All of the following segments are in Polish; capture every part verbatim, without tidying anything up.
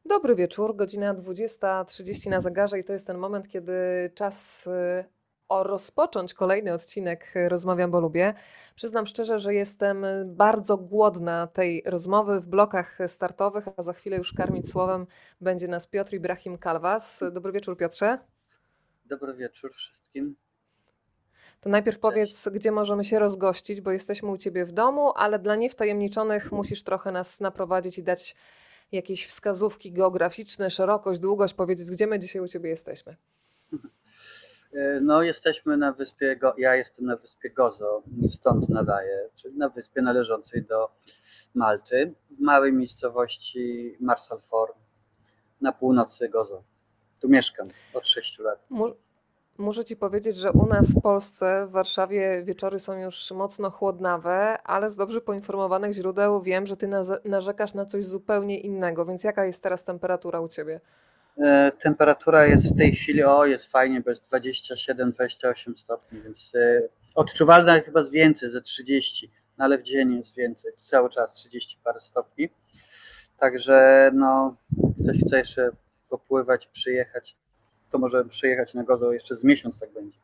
Dobry wieczór, godzina dwudziesta trzydzieści na zegarze i to jest ten moment, kiedy czas y, o rozpocząć kolejny odcinek y, Rozmawiam, bo lubię. Przyznam szczerze, że jestem y, bardzo głodna tej rozmowy w blokach startowych, a za chwilę już karmić słowem będzie nas Piotr Ibrahim Kalwas. Dobry wieczór, Piotrze. Dobry wieczór wszystkim. To najpierw Cześć. powiedz, gdzie możemy się rozgościć, bo jesteśmy u Ciebie w domu, ale dla niewtajemniczonych musisz trochę nas naprowadzić i dać jakieś wskazówki geograficzne, szerokość, długość, powiedzieć, gdzie my dzisiaj u Ciebie jesteśmy. No, jesteśmy na wyspie, Go- ja jestem na wyspie Gozo i stąd nadaję, czyli na wyspie należącej do Malty, w małej miejscowości Marsalford na północy Gozo. Tu mieszkam od sześciu lat. Mu- Muszę Ci powiedzieć, że u nas w Polsce, w Warszawie wieczory są już mocno chłodnawe, ale z dobrze poinformowanych źródeł wiem, że Ty naze- narzekasz na coś zupełnie innego, więc jaka jest teraz temperatura u Ciebie? E, Temperatura jest w tej chwili, o jest fajnie, bo jest dwadzieścia siedem dwadzieścia osiem stopni, więc e, odczuwalna chyba z więcej, ze trzydzieści, no ale w dzień jest więcej, cały czas trzydzieści parę stopni. Także no, ktoś chce jeszcze popływać, przyjechać, to może przyjechać na Gozo jeszcze z miesiąc, tak będzie.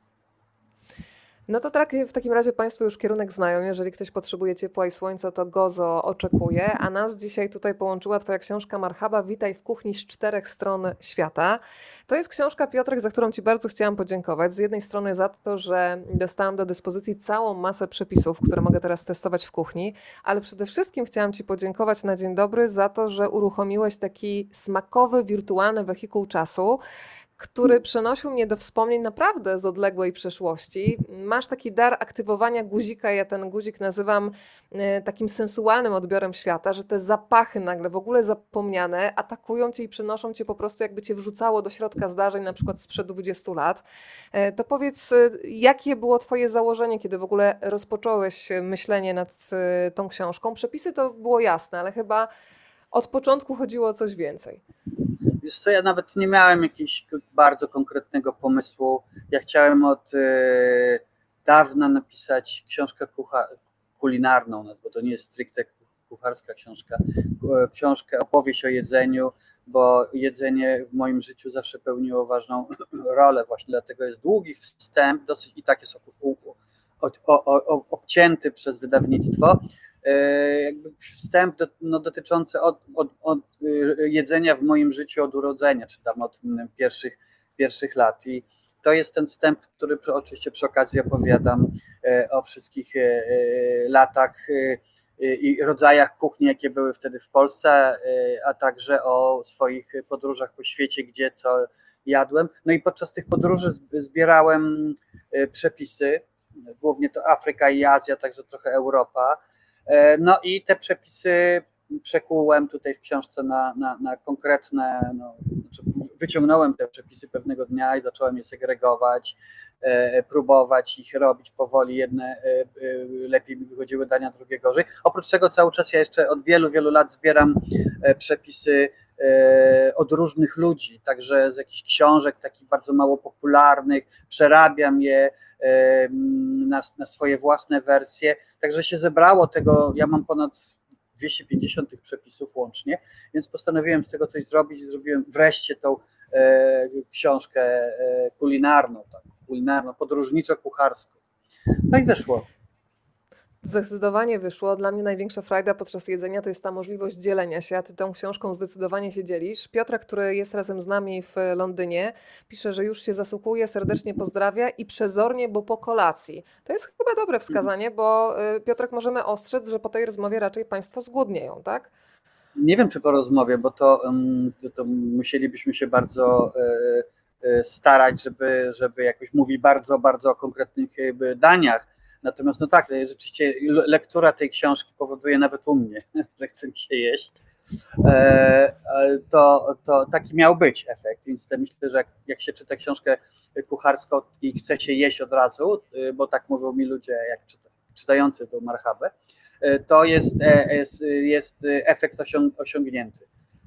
No to tak, w takim razie Państwo już kierunek znają. Jeżeli ktoś potrzebuje ciepła i słońca, to Gozo oczekuje. A nas dzisiaj tutaj połączyła Twoja książka Marhaba, Witaj w kuchni z czterech stron świata. To jest książka, Piotrek, za którą Ci bardzo chciałam podziękować. Z jednej strony za to, że dostałam do dyspozycji całą masę przepisów, które mogę teraz testować w kuchni, ale przede wszystkim chciałam Ci podziękować na dzień dobry za to, że uruchomiłeś taki smakowy, wirtualny wehikuł czasu, który przenosił mnie do wspomnień naprawdę z odległej przeszłości. Masz taki dar aktywowania guzika, ja ten guzik nazywam e, takim sensualnym odbiorem świata, że te zapachy nagle w ogóle zapomniane atakują cię i przenoszą cię po prostu jakby cię wrzucało do środka zdarzeń, na przykład sprzed dwudziestu lat. E, To powiedz, e, jakie było twoje założenie, kiedy w ogóle rozpocząłeś myślenie nad e, tą książką? Przepisy to było jasne, ale chyba od początku chodziło o coś więcej. Wiesz co, ja nawet nie miałem jakiegoś bardzo konkretnego pomysłu. Ja chciałem od e, dawna napisać książkę kucha- kulinarną, no, bo to nie jest stricte kucharska książka, e, książkę, opowieść o jedzeniu, bo jedzenie w moim życiu zawsze pełniło ważną rolę, właśnie dlatego jest długi wstęp, dosyć i tak jest o, o, o, o, obcięty przez wydawnictwo, jakby wstęp do, no, dotyczący od, od, od jedzenia w moim życiu od urodzenia, czy tam od pierwszych, pierwszych lat. I to jest ten wstęp, który przy, oczywiście przy okazji opowiadam o wszystkich latach i rodzajach kuchni, jakie były wtedy w Polsce, a także o swoich podróżach po świecie, gdzie co jadłem. No i podczas tych podróży zbierałem przepisy, głównie to Afryka i Azja, także trochę Europa. No i te przepisy przekułem tutaj w książce na, na, na konkretne, no, znaczy wyciągnąłem te przepisy pewnego dnia i zacząłem je segregować, e, próbować ich robić powoli, jedne e, e, lepiej mi wychodziły dania, drugie gorzej. Oprócz tego cały czas ja jeszcze od wielu, wielu lat zbieram e, przepisy e, od różnych ludzi, także z jakichś książek takich bardzo mało popularnych, przerabiam je e, na, na swoje własne wersje, także się zebrało tego, ja mam ponad dwieście pięćdziesiąt tych przepisów łącznie, więc postanowiłem z tego coś zrobić i zrobiłem wreszcie tą e, książkę e, kulinarną, tak, kulinarną, podróżniczo-kucharską. No i wyszło. Zdecydowanie wyszło. Dla mnie największa frajda podczas jedzenia to jest ta możliwość dzielenia się, a ty tą książką zdecydowanie się dzielisz. Piotra, który jest razem z nami w Londynie, pisze, że już się zasłuchuje, serdecznie pozdrawia i przezornie, bo po kolacji. To jest chyba dobre wskazanie, bo y, Piotrek, możemy ostrzec, że po tej rozmowie raczej Państwo zgłodnieją, tak? Nie wiem, czy po rozmowie, bo to, to, to musielibyśmy się bardzo e, starać, żeby, żeby jakoś mówić bardzo, bardzo o konkretnych daniach. Natomiast no tak, rzeczywiście lektura tej książki powoduje nawet u mnie, że chce mi się jeść. To, to taki miał być efekt, więc myślę, że jak, jak się czyta książkę kucharską i chce się jeść od razu, bo tak mówią mi ludzie, jak czyta, czytający tą marchabę, to jest, jest, jest efekt osiągnięty.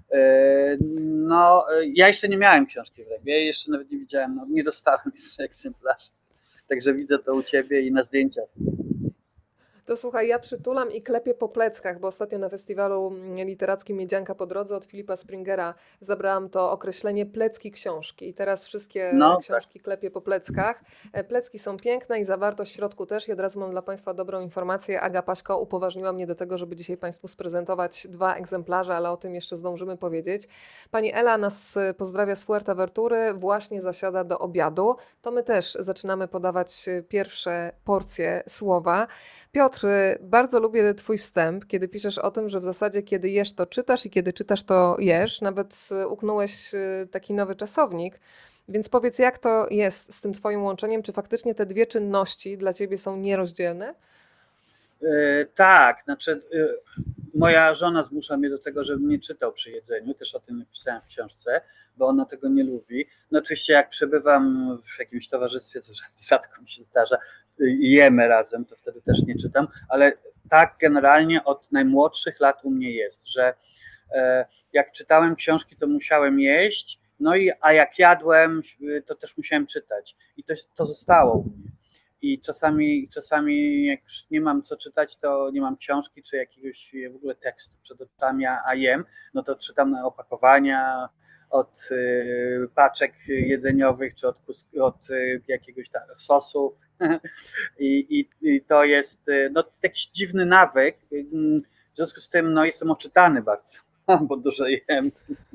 No, ja jeszcze nie miałem książki w ręku, ja jeszcze nawet nie widziałem, no, nie dostałem jeszcze egzemplarza, także widzę to u ciebie i na zdjęciach. To słuchaj, ja przytulam i klepię po pleckach, bo ostatnio na festiwalu literackim Miedzianka po drodze od Filipa Springera zabrałam to określenie plecki książki. I teraz wszystkie No tak. książki klepię po pleckach. E, Plecki są piękne i zawartość w środku też. I od razu mam dla Państwa dobrą informację. Aga Paśko upoważniła mnie do tego, żeby dzisiaj Państwu sprezentować dwa egzemplarze, ale o tym jeszcze zdążymy powiedzieć. Pani Ela nas e, pozdrawia z Fuerteventury, właśnie zasiada do obiadu. To my też zaczynamy podawać e, pierwsze porcje słowa. Piotr, bardzo lubię Twój wstęp, kiedy piszesz o tym, że w zasadzie kiedy jesz, to czytasz i kiedy czytasz, to jesz. Nawet y, uknąłeś y, taki nowy czasownik. Więc powiedz, jak to jest z tym Twoim łączeniem? Czy faktycznie te dwie czynności dla Ciebie są nierozdzielne? Yy, tak, znaczy yy, moja żona zmusza mnie do tego, żebym nie czytał przy jedzeniu, też o tym napisałem w książce, bo ona tego nie lubi. No oczywiście jak przebywam w jakimś towarzystwie, co rzadko mi się zdarza, i jemy razem, to wtedy też nie czytam, ale tak generalnie od najmłodszych lat u mnie jest, że e, jak czytałem książki, to musiałem jeść, no i a jak jadłem, to też musiałem czytać i to, to zostało u mnie. I czasami, czasami jak już nie mam co czytać, to nie mam książki czy jakiegoś w ogóle tekstu przed oczami, a jem, no to czytam na opakowania, od y, paczek jedzeniowych, czy od, od y, jakiegoś tam sosów. I, i, I to jest y, no, jakiś dziwny nawyk. Y, w związku z tym no, jestem oczytany bardzo, bo dużo jem.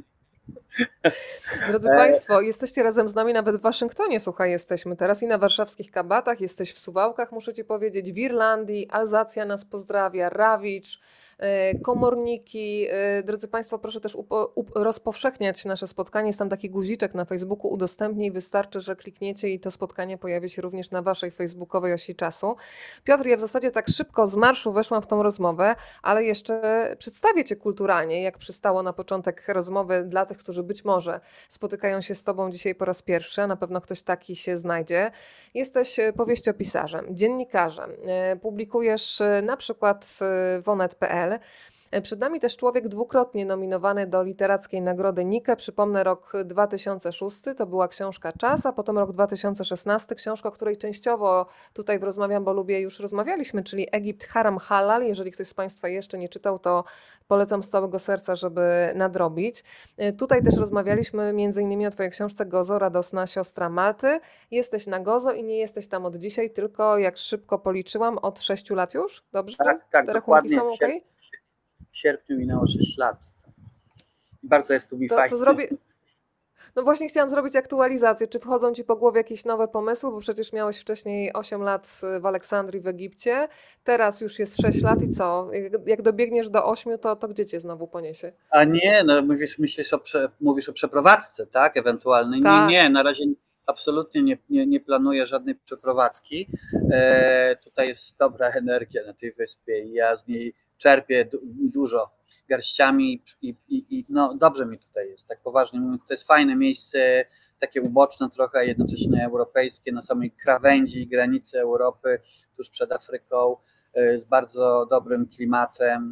Drodzy Państwo, jesteście razem z nami nawet w Waszyngtonie, słuchaj, jesteśmy teraz i na warszawskich Kabatach, jesteś w Suwałkach, muszę Ci powiedzieć, w Irlandii, Alzacja nas pozdrawia, Rawicz, komorniki. Drodzy Państwo, proszę też upo- up- rozpowszechniać nasze spotkanie. Jest tam taki guziczek na Facebooku, udostępnij, wystarczy, że klikniecie i to spotkanie pojawi się również na Waszej facebookowej osi czasu. Piotr, ja w zasadzie tak szybko z marszu weszłam w tą rozmowę, ale jeszcze przedstawię Cię kulturalnie, jak przystało na początek rozmowy dla tych, którzy być może spotykają się z Tobą dzisiaj po raz pierwszy, a na pewno ktoś taki się znajdzie. Jesteś powieściopisarzem, dziennikarzem, publikujesz na przykład w onet kropka pe el. Przed nami też człowiek dwukrotnie nominowany do Literackiej Nagrody Nike. Przypomnę, rok dwa tysiące szósty to była książka Czas, a potem rok dwa tysiące szesnasty, książka, o której częściowo tutaj w Rozmawiam, bo lubię, już rozmawialiśmy, czyli Egipt Haram Halal. Jeżeli ktoś z Państwa jeszcze nie czytał, to polecam z całego serca, żeby nadrobić. Tutaj też rozmawialiśmy między innymi o Twojej książce Gozo, radosna siostra Malty. Jesteś na Gozo i nie jesteś tam od dzisiaj, tylko jak szybko policzyłam, od sześciu lat już? Dobrze? Tak, tak, te dokładnie. rachunki są ok? W sierpniu minęło sześć lat. Bardzo jest tu mi To, fajnie. to zrobię. No właśnie chciałam zrobić aktualizację. Czy wchodzą Ci po głowie jakieś nowe pomysły? Bo przecież miałeś wcześniej osiem lat w Aleksandrii w Egipcie. Teraz już jest sześć lat i co? Jak- Jak dobiegniesz do ośmiu, to, to gdzie Cię znowu poniesie? A nie, no mówisz, myślisz o prze, mówisz o przeprowadzce, tak? Ewentualnej. Nie, Tak. nie, na razie absolutnie nie, nie, nie planuję żadnej przeprowadzki. E, tutaj jest dobra energia na tej wyspie i ja z niej czerpię du, dużo garściami i, i, i no dobrze mi tutaj jest, tak poważnie mówiąc, to jest fajne miejsce, takie uboczne trochę, jednocześnie europejskie, na samej krawędzi granicy Europy, tuż przed Afryką, z bardzo dobrym klimatem,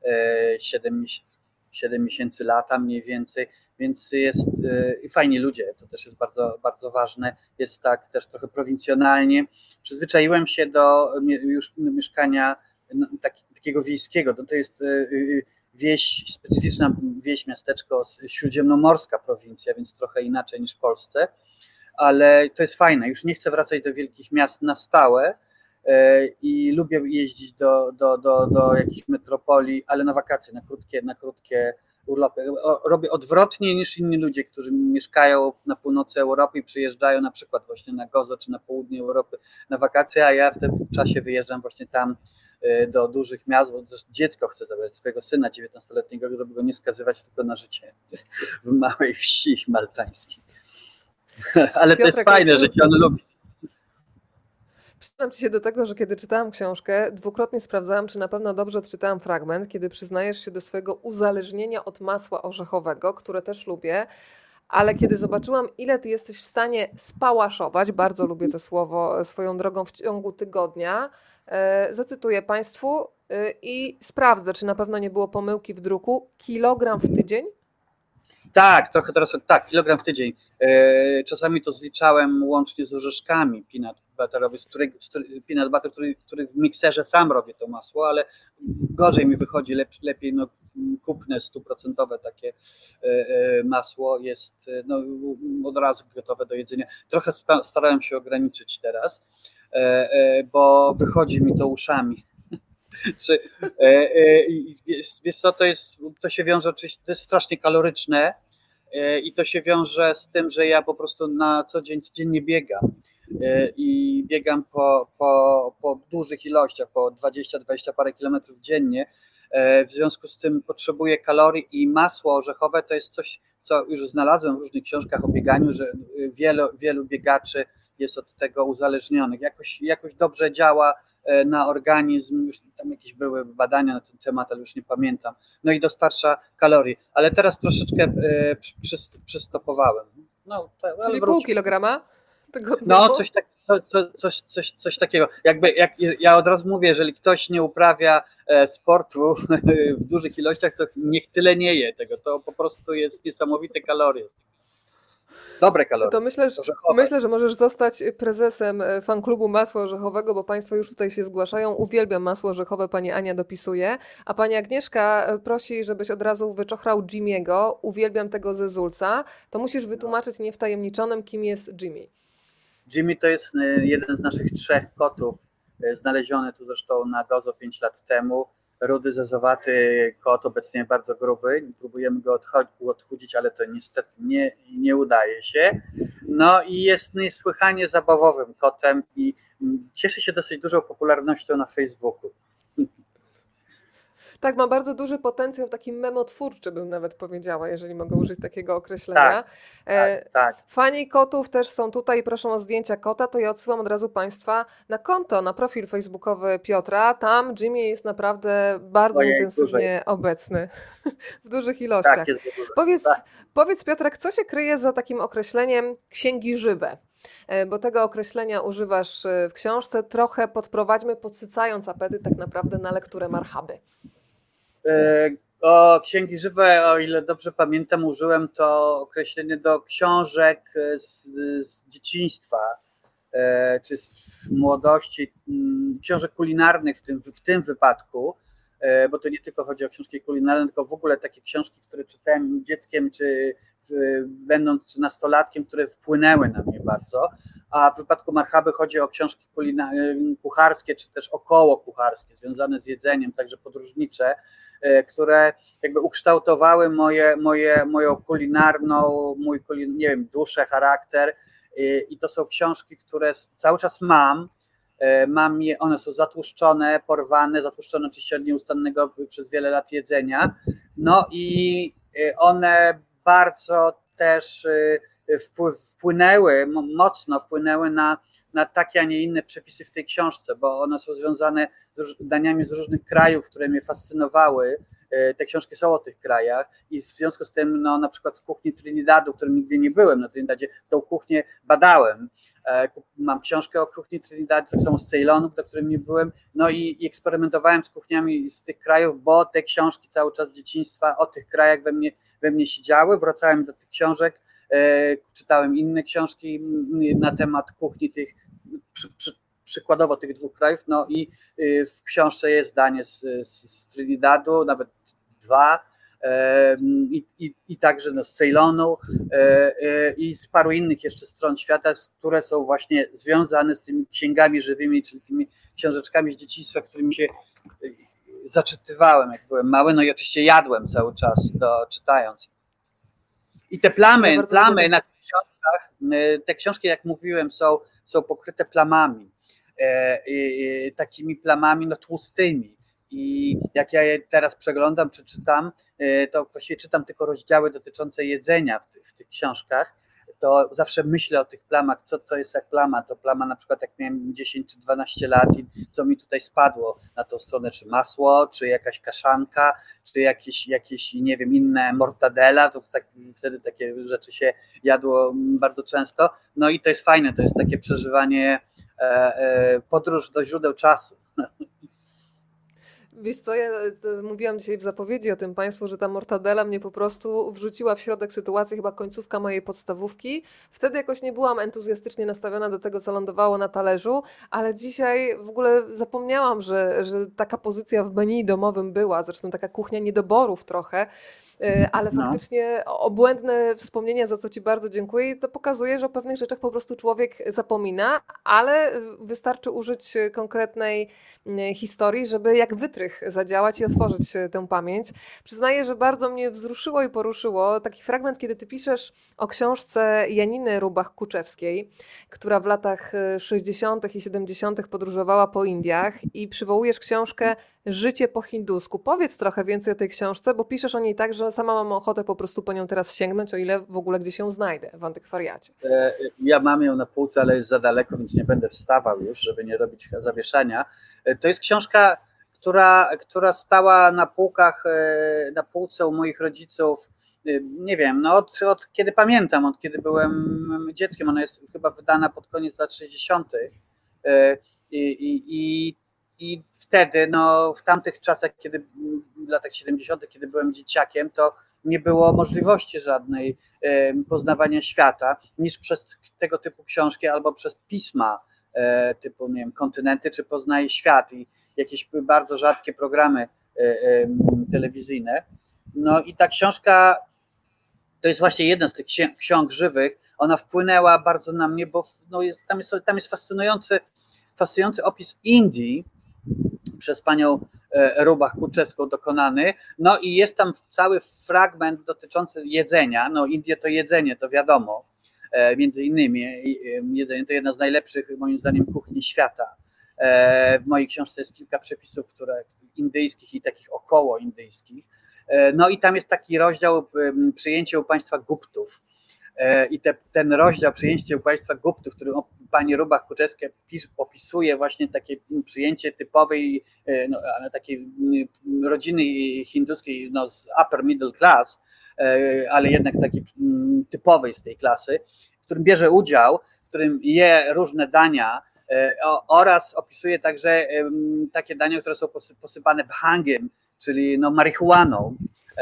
siedem miesięcy lata mniej więcej, więc jest i fajni ludzie, to też jest bardzo, bardzo ważne, jest tak też trochę prowincjonalnie. Przyzwyczaiłem się do już mieszkania taki, takiego wiejskiego, to, to jest wieś, specyficzna wieś, miasteczko, śródziemnomorska prowincja, więc trochę inaczej niż w Polsce, ale to jest fajne, już nie chcę wracać do wielkich miast na stałe i lubię jeździć do, do, do, do jakichś metropolii, ale na wakacje, na krótkie, na krótkie urlopy. Robię odwrotnie niż inni ludzie, którzy mieszkają na północy Europy i przyjeżdżają na przykład właśnie na Gozo czy na południe Europy na wakacje, a ja w tym czasie wyjeżdżam właśnie tam do dużych miast, bo też dziecko chce zabrać swojego syna dziewiętnastoletniego, żeby go nie skazywać tylko na życie w małej wsi maltańskiej. Ale to jest fajne, że cię on lubi. Przyznam Ci się do tego, że kiedy czytałam książkę, dwukrotnie sprawdzałam, czy na pewno dobrze odczytałam fragment, kiedy przyznajesz się do swojego uzależnienia od masła orzechowego, które też lubię, ale kiedy zobaczyłam, ile Ty jesteś w stanie spałaszować, bardzo lubię to słowo swoją drogą, w ciągu tygodnia, e, zacytuję Państwu e, i sprawdzę, czy na pewno nie było pomyłki w druku, kilogram w tydzień? Tak, trochę teraz, tak, kilogram w tydzień. Czasami to zliczałem łącznie z orzeszkami, peanut butterowy, z którego, z który, peanut butter, który, który w mikserze sam robię to masło, ale gorzej mi wychodzi, lepiej, lepiej no, kupne, stuprocentowe takie masło jest no, od razu gotowe do jedzenia. Trochę starałem się ograniczyć teraz, bo wychodzi mi to uszami. Czy, wiesz co, to jest, to się wiąże oczywiście, to jest strasznie kaloryczne i to się wiąże z tym, że ja po prostu na co dzień codziennie biegam i biegam po, po, po dużych ilościach, po dwadzieścia dwadzieścia parę kilometrów dziennie. W związku z tym potrzebuję kalorii i masło orzechowe to jest coś, co już znalazłem w różnych książkach o bieganiu, że wielu, wielu biegaczy jest od tego uzależnionych. Jakoś, jakoś dobrze działa na organizm, już tam jakieś były badania na ten temat, ale już nie pamiętam. No i dostarcza kalorii, ale teraz troszeczkę przystopowałem. No, to, czyli pół kilograma? No, coś, tak, coś, coś, coś, coś takiego. Jakby, jak, ja od razu mówię, jeżeli ktoś nie uprawia sportu w dużych ilościach, to niech tyle nie je tego. To po prostu jest niesamowite kalorie. Dobre kalorie. To myślę, że, myślę, że możesz zostać prezesem fanklubu masła orzechowego, bo Państwo już tutaj się zgłaszają. Uwielbiam masło orzechowe, Pani Ania dopisuje. A Pani Agnieszka prosi, żebyś od razu wyczochrał Jimmy'ego. Uwielbiam tego zezulca. To musisz wytłumaczyć niewtajemniczonym, kim jest Jimmy. Jimmy to jest jeden z naszych trzech kotów, znaleziony tu zresztą na Gozo pięć lat temu. Rudy, zezowaty kot, obecnie bardzo gruby. Próbujemy go odchudzić, ale to niestety nie, nie udaje się. No i jest niesłychanie zabawowym kotem i cieszy się dosyć dużą popularnością na Facebooku. Tak, ma bardzo duży potencjał, taki memotwórczy bym nawet powiedziała, jeżeli mogę użyć takiego określenia. Tak, tak, tak. Fani kotów też są tutaj, proszą o zdjęcia kota, to ja odsyłam od razu Państwa na konto, na profil facebookowy Piotra. Tam Jimmy jest naprawdę bardzo Ojej, intensywnie dużej. obecny, w dużych ilościach. Tak, jest powiedz, tak. powiedz Piotrek, co się kryje za takim określeniem księgi żywe? Bo tego określenia używasz w książce. Trochę podprowadźmy, podsycając apetyt tak naprawdę na lekturę marhaby. O księgi żywe, o ile dobrze pamiętam, użyłem to określenie do książek z, z dzieciństwa, czy z młodości, książek kulinarnych w tym, w tym wypadku, bo to nie tylko chodzi o książki kulinarne, tylko w ogóle takie książki, które czytałem dzieckiem, czy będąc czy nastolatkiem, które wpłynęły na mnie bardzo. A w wypadku marhaby chodzi o książki kucharskie, czy też około kucharskie, związane z jedzeniem, także podróżnicze, które jakby ukształtowały moje, moje, moją kulinarną, mój nie wiem, duszę, charakter. I to są książki, które cały czas mam. Mam je, one są zatłuszczone, porwane, zatłuszczone oczywiście od nieustannego przez wiele lat jedzenia. No i one bardzo też wpłynęły, mocno wpłynęły na, na takie, a nie inne przepisy w tej książce, bo one są związane z daniami z różnych krajów, które mnie fascynowały. Te książki są o tych krajach i w związku z tym no, na przykład z kuchni Trinidadu, w którym nigdy nie byłem na Trinidadzie, tą kuchnię badałem. Mam książkę o kuchni Trinidadu, tak samo z Ceylonu, do którym nie byłem, no i, i eksperymentowałem z kuchniami z tych krajów, bo te książki cały czas z dzieciństwa o tych krajach we mnie, we mnie siedziały. Wracałem do tych książek, e, czytałem inne książki na temat kuchni tych, przy, przy, przykładowo tych dwóch krajów, no i w książce jest zdanie z, z, z Trinidadu, nawet dwa, I, i, i także no, z Ceylonu i z paru innych jeszcze stron świata, które są właśnie związane z tymi księgami żywymi, czyli tymi książeczkami z dzieciństwa, którymi się zaczytywałem, jak byłem mały, no i oczywiście jadłem cały czas, do, czytając. I te plamy, ja plamy na tych książkach, te książki, jak mówiłem, są, są pokryte plamami, takimi plamami no, tłustymi. I jak ja je teraz przeglądam czy czytam, to właściwie czytam tylko rozdziały dotyczące jedzenia w tych, w tych książkach, to zawsze myślę o tych plamach, co to jest jak plama. To plama na przykład jak miałem dziesięć czy dwanaście lat i co mi tutaj spadło na tą stronę, czy masło, czy jakaś kaszanka, czy jakieś, jakieś nie wiem, inne mortadela, to wtedy takie rzeczy się jadło bardzo często. No i to jest fajne, to jest takie przeżywanie, podróż do źródeł czasu. Wiesz co, ja mówiłam dzisiaj w zapowiedzi o tym Państwu, że ta mortadela mnie po prostu wrzuciła w środek sytuacji, chyba końcówka mojej podstawówki. Wtedy jakoś nie byłam entuzjastycznie nastawiona do tego, co lądowało na talerzu, ale dzisiaj w ogóle zapomniałam, że, że taka pozycja w menu domowym była, zresztą taka kuchnia niedoborów trochę, ale No. faktycznie obłędne wspomnienia, za co Ci bardzo dziękuję. I to pokazuje, że o pewnych rzeczach po prostu człowiek zapomina, ale wystarczy użyć konkretnej historii, żeby jak wytrych zadziałać i otworzyć tę pamięć. Przyznaję, że bardzo mnie wzruszyło i poruszyło taki fragment, kiedy Ty piszesz o książce Janiny Rubach-Kuczewskiej, która w latach sześćdziesiątych i siedemdziesiątych podróżowała po Indiach i przywołujesz książkę Życie po hindusku. Powiedz trochę więcej o tej książce, bo piszesz o niej tak, że sama mam ochotę po prostu po nią teraz sięgnąć, o ile w ogóle gdzieś ją znajdę w antykwariacie. Ja mam ją na półce, ale jest za daleko, więc nie będę wstawał już, żeby nie robić zawieszania. To jest książka, która, która stała na półkach, na półce u moich rodziców, nie wiem, no od, od kiedy pamiętam, od kiedy byłem dzieckiem. Ona jest chyba wydana pod koniec lat sześćdziesiątych. I, i, i I wtedy, no w tamtych czasach, kiedy w latach siedemdziesiątych, kiedy byłem dzieciakiem, to nie było możliwości żadnej e, poznawania świata niż przez tego typu książki albo przez pisma e, typu, nie wiem, Kontynenty czy Poznaj świat i jakieś bardzo rzadkie programy e, e, telewizyjne. No i ta książka to jest właśnie jeden z tych ksiąg żywych. Ona wpłynęła bardzo na mnie, bo no jest, tam, jest, tam jest fascynujący, fascynujący opis Indii przez panią Rubach-Kuczewską dokonany. No i jest tam cały fragment dotyczący jedzenia. No Indie to jedzenie, to wiadomo. Między innymi jedzenie to jedna z najlepszych, moim zdaniem, kuchni świata. W mojej książce jest kilka przepisów, które indyjskich i takich około indyjskich. No i tam jest taki rozdział przyjęcie u państwa Guptów. I te, ten rozdział przyjęcie u państwa Guptów, który pani Rubach-Kuczewska opisuje właśnie takie przyjęcie typowej, no, takiej rodziny hinduskiej, no, z upper middle class, ale jednak takiej typowej z tej klasy, w którym bierze udział, w którym je różne dania oraz opisuje także takie dania, które są posypane bhangiem, czyli no, marihuaną,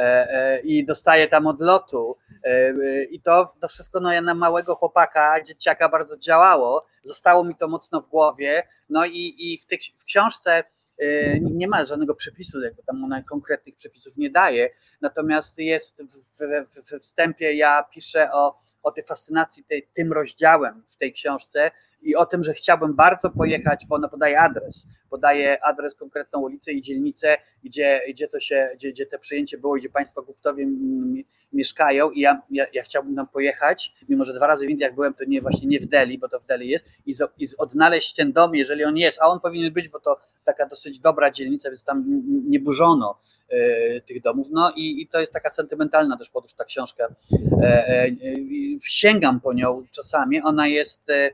i dostaje tam odlotu. I to, to wszystko no, na małego chłopaka, dzieciaka bardzo działało. Zostało mi to mocno w głowie. No i, i w, tej, w książce nie ma żadnego przepisu, jakby tam ona konkretnych przepisów nie daje. Natomiast jest w, w, we wstępie ja piszę o, o tej fascynacji tej, tym rozdziałem w tej książce i o tym, że chciałbym bardzo pojechać, bo ona podaje adres, podaje adres, konkretną ulicę i dzielnicę, gdzie, gdzie to się, gdzie, gdzie te przyjęcie było, gdzie państwo Guptowie mieszkają i ja, ja, ja chciałbym tam pojechać, mimo że dwa razy w Indiach byłem, to nie właśnie nie w Delhi, bo to w Delhi jest, i, z, i z odnaleźć ten dom, jeżeli on jest, a on powinien być, bo to taka dosyć dobra dzielnica, więc tam nie burzono e, tych domów, no i, i to jest taka sentymentalna też podróż ta książka. E, e, sięgam po nią czasami, ona jest e,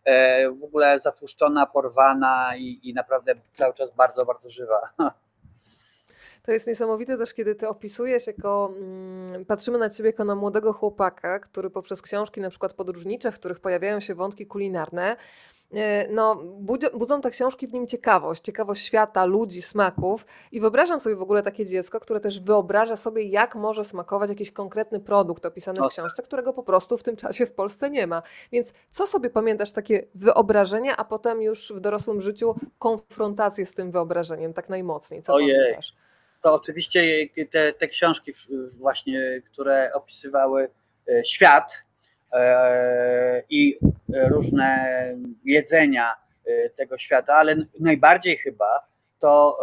w ogóle zatłuszczona, porwana i, i naprawdę cały czas bardzo, bardzo żywa. To jest niesamowite też, kiedy ty opisujesz jako, mm, patrzymy na ciebie jako na młodego chłopaka, który poprzez książki na przykład podróżnicze, w których pojawiają się wątki kulinarne, no, budzą te książki w nim ciekawość, ciekawość świata, ludzi, smaków i wyobrażam sobie w ogóle takie dziecko, które też wyobraża sobie, jak może smakować jakiś konkretny produkt opisany w książce, którego po prostu w tym czasie w Polsce nie ma. Więc co sobie pamiętasz, takie wyobrażenia, a potem już w dorosłym życiu konfrontację z tym wyobrażeniem tak najmocniej? Co Ojej. pamiętasz? To oczywiście te, te książki właśnie, które opisywały świat i różne jedzenia tego świata, ale najbardziej chyba to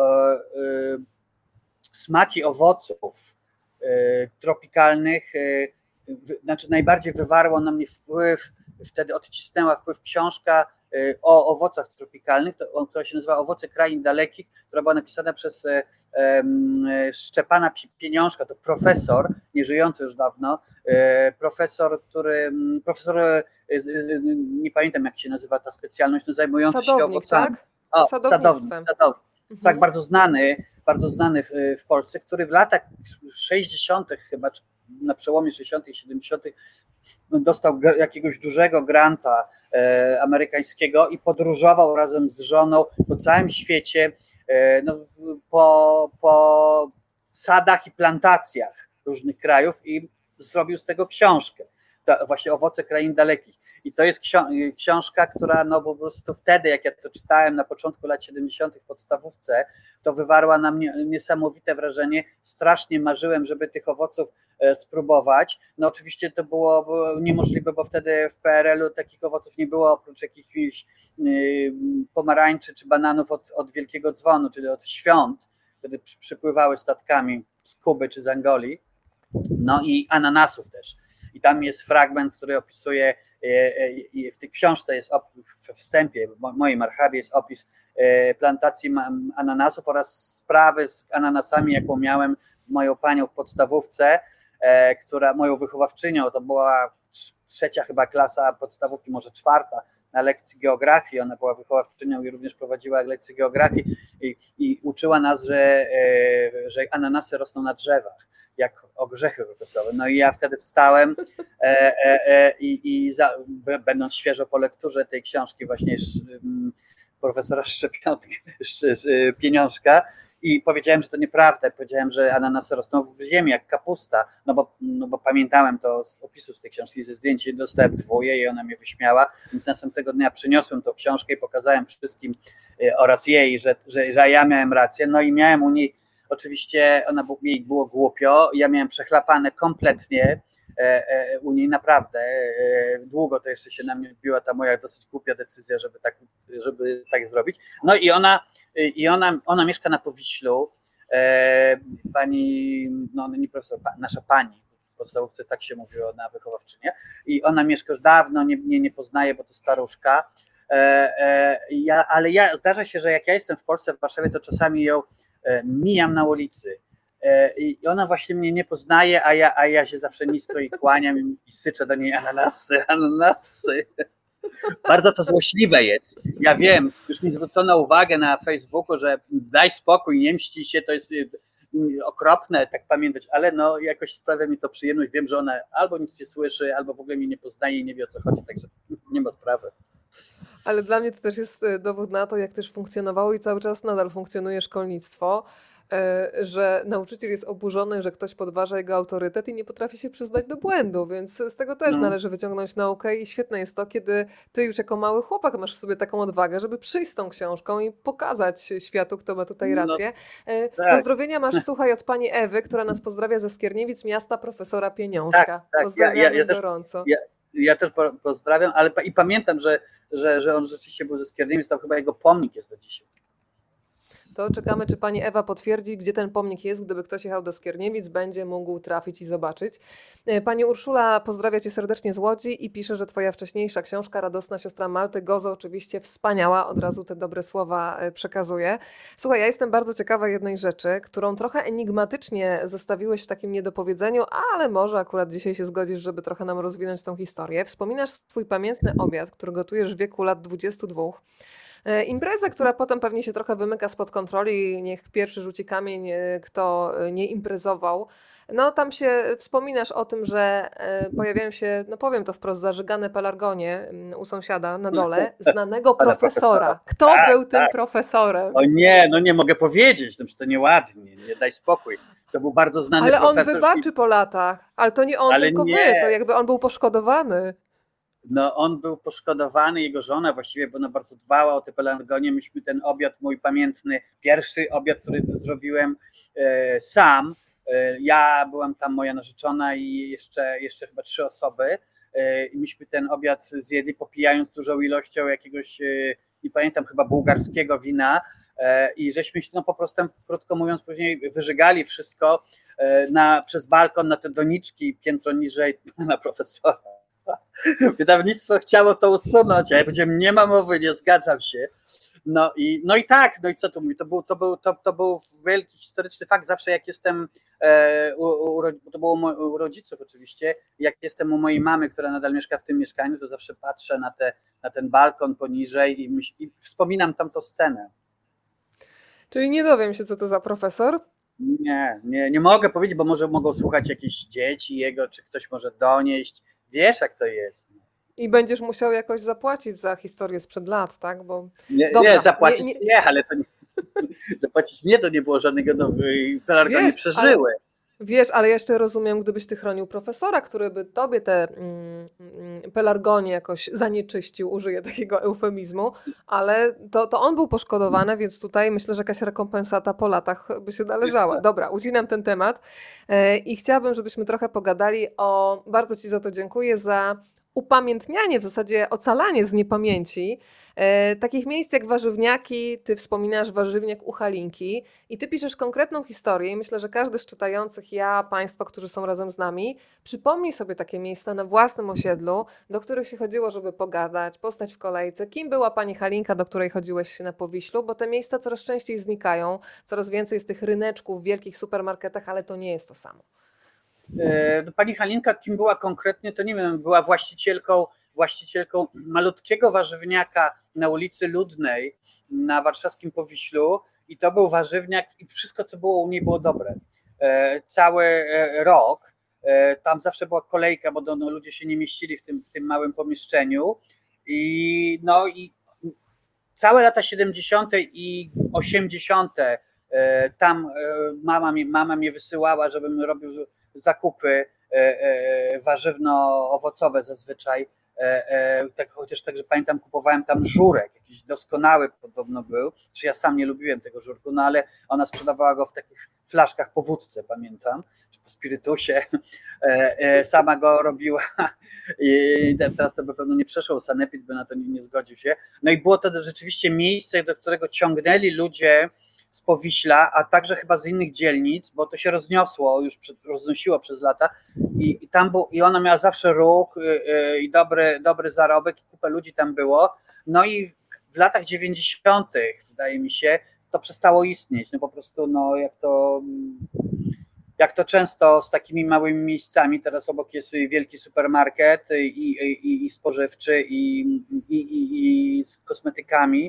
smaki owoców tropikalnych, znaczy najbardziej wywarło na mnie wpływ, wtedy odcisnęła wpływ książka o owocach tropikalnych, która się nazywa Owoce Krain Dalekich, która była napisana przez Szczepana Pieniążka, to profesor, nieżyjący już dawno, profesor, który, profesor, nie pamiętam jak się nazywa ta specjalność, no zajmujący Sadownik, się owocami. Tak? O, sadownik, sadownik. Mhm. Tak, bardzo znany, bardzo znany w, w Polsce, który w latach sześćdziesiątych chyba, na przełomie sześćdziesiątych i siedemdziesiątych dostał jakiegoś dużego granta e, amerykańskiego i podróżował razem z żoną po całym świecie, no, po, po sadach i plantacjach różnych krajów i zrobił z tego książkę. To właśnie Owoce Krain Dalekich. I to jest książka, która no po prostu wtedy, jak ja to czytałem na początku lat siedemdziesiątych w podstawówce, to wywarła na mnie niesamowite wrażenie. Strasznie marzyłem, żeby tych owoców spróbować. No oczywiście to było niemożliwe, bo wtedy w P R L u takich owoców nie było, oprócz jakichś pomarańczy czy bananów od, od Wielkiego Dzwonu, czyli od świąt, wtedy przypływały statkami z Kuby czy z Angolii. No i ananasów też. I tam jest fragment, który opisuje, w tej książce jest we wstępie, w mojej marchabie jest opis plantacji ananasów oraz sprawy z ananasami, jaką miałem z moją panią w podstawówce, która moją wychowawczynią, to była trzecia chyba klasa podstawówki, może czwarta, na lekcji geografii. Ona była wychowawczynią i również prowadziła lekcje geografii i, i uczyła nas, że, że ananasy rosną na drzewach, jak orzechy kokosowe. No i ja wtedy wstałem e, e, e, i, i za, będąc świeżo po lekturze tej książki właśnie m, profesora Szczepionki, Pieniążka, i powiedziałem, że to nieprawda. Powiedziałem, że ananasy rosną w ziemi jak kapusta, no bo, no bo pamiętałem to z opisu z tej książki, ze zdjęć, dostałem dwóje i ona mnie wyśmiała, więc następnego dnia przyniosłem tą książkę i pokazałem wszystkim oraz jej, że, że, że ja miałem rację. No i miałem u niej, oczywiście ona jej było głupio, ja miałem przechlapane kompletnie u niej, naprawdę długo to jeszcze się na mnie odbiła ta moja dosyć głupia decyzja, żeby tak, żeby tak zrobić. No i ona i ona, ona mieszka na Powiślu, pani, no nie profesor, nasza pani w podstawówce, tak się mówiło na wychowawczynię, i ona mieszka już dawno, nie, nie, nie poznaje, bo to staruszka. Ja, ale ja, zdarza się, że jak ja jestem w Polsce, w Warszawie, to czasami ją mijam na ulicy i ona właśnie mnie nie poznaje, a ja, a ja się zawsze nisko i kłaniam i, i syczę do niej ananasy, ananasy. Bardzo to złośliwe jest. Ja wiem, już mi zwrócono uwagę na Facebooku, że daj spokój, nie mści się, to jest okropne, tak pamiętać, ale no jakoś sprawia mi to przyjemność. Wiem, że ona albo nic nie słyszy, albo w ogóle mnie nie poznaje i nie wie, o co chodzi, także nie ma sprawy. Ale dla mnie to też jest dowód na to, jak też funkcjonowało i cały czas nadal funkcjonuje szkolnictwo, że nauczyciel jest oburzony, że ktoś podważa jego autorytet i nie potrafi się przyznać do błędu, więc z tego też należy wyciągnąć naukę i świetne jest to, kiedy ty już jako mały chłopak masz w sobie taką odwagę, żeby przyjść z tą książką i pokazać światu, kto ma tutaj rację. No, tak. Pozdrowienia masz, słuchaj, od pani Ewy, która nas pozdrawia ze Skierniewic, miasta profesora Pieniążka. Tak, tak. Pozdrawiamy ja, ja, ja gorąco. Też, ja, ja też pozdrawiam, ale i pamiętam, że, że, że on rzeczywiście był ze Skierniewic, tam chyba jego pomnik jest do dzisiaj. To czekamy, czy pani Ewa potwierdzi, gdzie ten pomnik jest. Gdyby ktoś jechał do Skierniewic, będzie mógł trafić i zobaczyć. Pani Urszula pozdrawia cię serdecznie z Łodzi i pisze, że twoja wcześniejsza książka Radosna siostra Malty, Gozo, oczywiście wspaniała. Od razu te dobre słowa przekazuję. Słuchaj, ja jestem bardzo ciekawa jednej rzeczy, którą trochę enigmatycznie zostawiłeś w takim niedopowiedzeniu, ale może akurat dzisiaj się zgodzisz, żeby trochę nam rozwinąć tą historię. Wspominasz swój pamiętny obiad, który gotujesz w wieku lat dwudziestu dwóch. Impreza, która potem pewnie się trochę wymyka spod kontroli, niech pierwszy rzuci kamień, kto nie imprezował. No tam się wspominasz o tym, że pojawiają się, no powiem to wprost, zażygane pelargonie u sąsiada na dole, znanego profesora. Kto tak, był tym tak. profesorem? O nie, no nie mogę powiedzieć, no, że to nieładnie, nie daj spokój. To był bardzo znany ale profesor. Ale on wybaczy po latach, ale to nie on, ale tylko nie. wy, to jakby on był poszkodowany. No on był poszkodowany, jego żona właściwie, bo ona bardzo dbała o te pelargonie. Myśmy ten obiad, mój pamiętny, pierwszy obiad, który zrobiłem e, sam. E, ja byłam tam, moja narzeczona i jeszcze, jeszcze chyba trzy osoby. E, I myśmy ten obiad zjedli, popijając dużą ilością jakiegoś, e, nie pamiętam, chyba bułgarskiego wina. E, I żeśmy się, no po prostu, krótko mówiąc, później wyżygali wszystko e, na, przez balkon na te doniczki piętro niżej pana profesora. Wydawnictwo chciało to usunąć, a ja powiedziałem, nie ma mowy, nie zgadzam się. No i, no i tak, no i co tu mówię, to był, to był, to, to był wielki historyczny fakt, zawsze jak jestem, e, u, u, to było u, u rodziców oczywiście, jak jestem u mojej mamy, która nadal mieszka w tym mieszkaniu, to zawsze patrzę na, te, na ten balkon poniżej i, myśl, i wspominam tamtą scenę. Czyli nie dowiem się, co to za profesor? Nie, nie, nie mogę powiedzieć, bo może mogą słuchać jakieś dzieci jego, czy ktoś może donieść. Wiesz, jak to jest. I będziesz musiał jakoś zapłacić za historię sprzed lat, tak? Bo... Nie, nie zapłacić nie, nie, nie, ale to nie. Zapłacić nie, to nie było żadnego, no, pelargonie przeżyły. Ale... Wiesz, ale jeszcze rozumiem, gdybyś ty chronił profesora, który by tobie te mm, pelargonie jakoś zanieczyścił, użyję takiego eufemizmu, ale to, to on był poszkodowany, więc tutaj myślę, że jakaś rekompensata po latach by się należała. Dobra, ucinam ten temat i chciałabym, żebyśmy trochę pogadali o, bardzo ci za to dziękuję, za upamiętnianie, w zasadzie ocalanie z niepamięci e, takich miejsc jak warzywniaki. Ty wspominasz warzywniak u Halinki i ty piszesz konkretną historię i myślę, że każdy z czytających, ja, państwo, którzy są razem z nami, przypomni sobie takie miejsca na własnym osiedlu, do których się chodziło, żeby pogadać, postać w kolejce. Kim była pani Halinka, do której chodziłeś na Powiślu, bo te miejsca coraz częściej znikają, coraz więcej jest tych ryneczków w wielkich supermarketach, ale to nie jest to samo. Pani Halinka, kim była konkretnie, to nie wiem, była właścicielką, właścicielką malutkiego warzywniaka na ulicy Ludnej na warszawskim Powiślu i to był warzywniak i wszystko, co było u niej, było dobre. Cały rok, tam zawsze była kolejka, bo no, ludzie się nie mieścili w tym, w tym małym pomieszczeniu i no i całe lata siedemdziesiąte i osiemdziesiąte tam mama, mama mnie wysyłała, żebym robił zakupy warzywno-owocowe zazwyczaj, tak, chociaż także pamiętam, kupowałem tam żurek, jakiś doskonały podobno był, czy ja sam nie lubiłem tego żurku, no ale ona sprzedawała go w takich flaszkach po wódce, pamiętam, czy po spirytusie, sama go robiła i teraz to by pewno nie przeszło, sanepid by na to nie, nie zgodził się, no i było to rzeczywiście miejsce, do którego ciągnęli ludzie z Powiśla, a także chyba z innych dzielnic, bo to się rozniosło, już przed, roznosiło przez lata i, i tam był, i ona miała zawsze ruch i, i dobry, dobry zarobek i kupę ludzi tam było. No i w latach dziewięćdziesiątych wydaje mi się, to przestało istnieć. No po prostu, no jak to jak to często z takimi małymi miejscami, teraz obok jest wielki supermarket i, i, i, i spożywczy i, i, i, i z kosmetykami.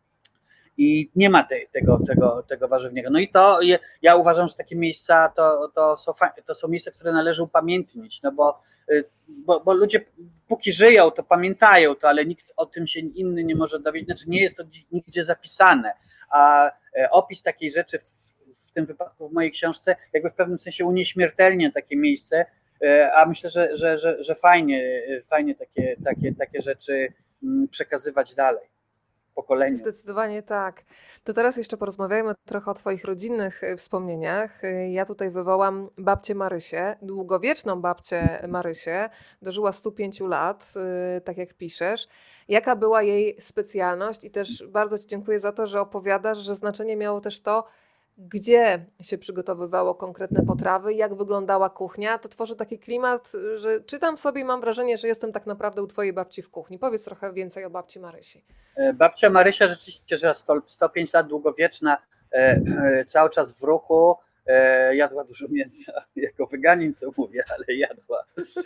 I nie ma tej, tego, tego, tego warzywniaka. No i to ja uważam, że takie miejsca to, to, są, to są miejsca, które należy upamiętnić, no bo, bo, bo ludzie póki żyją, to pamiętają to, ale nikt o tym się inny nie może dowiedzieć, znaczy nie jest to nigdzie zapisane, a opis takiej rzeczy w, w tym wypadku w mojej książce jakby w pewnym sensie unieśmiertelnia takie miejsce, a myślę, że, że, że, że fajnie, fajnie takie, takie, takie rzeczy przekazywać dalej. Pokoleniu. Zdecydowanie tak. To teraz jeszcze porozmawiajmy trochę o twoich rodzinnych wspomnieniach. Ja tutaj wywołam babcię Marysię, długowieczną babcię Marysię, dożyła stu pięciu lat, tak jak piszesz. Jaka była jej specjalność i też bardzo ci dziękuję za to, że opowiadasz, że znaczenie miało też to, gdzie się przygotowywało konkretne potrawy, jak wyglądała kuchnia. To tworzy taki klimat, że czytam sobie i mam wrażenie, że jestem tak naprawdę u twojej babci w kuchni. Powiedz trochę więcej o babci Marysi. Babcia Marysia rzeczywiście żyła sto pięć lat, długowieczna, cały czas w ruchu, jadła dużo mięsa, jako weganin to mówię, ale jadła.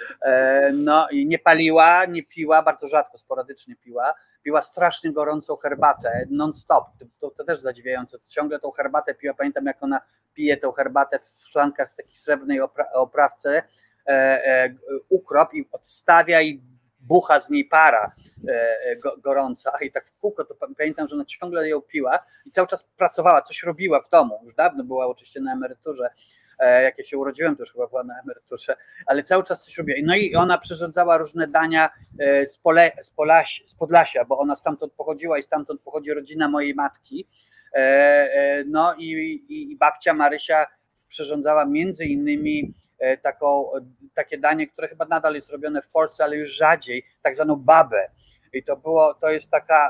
No i nie paliła, nie piła, bardzo rzadko, sporadycznie piła. Piła strasznie gorącą herbatę, non-stop, to, to też zadziwiające, ciągle tą herbatę piła, pamiętam jak ona pije tą herbatę w szklankach w takiej srebrnej opra- oprawce, e, e, ukrop i odstawia i bucha z niej para e, go, gorąca i tak w kółko, to pamiętam, że ona ciągle ją piła i cały czas pracowała, coś robiła w domu, już dawno była oczywiście na emeryturze, jak ja się urodziłem, to już chyba była na emeryturze, ale cały czas coś robiła. No i ona przyrządzała różne dania z, Pole, z, Polaś, z Podlasia, bo ona stamtąd pochodziła i stamtąd pochodzi rodzina mojej matki. No i, i, i babcia Marysia przyrządzała między innymi taką, takie danie, które chyba nadal jest robione w Polsce, ale już rzadziej, tak zwaną babę. I to było, to jest taka...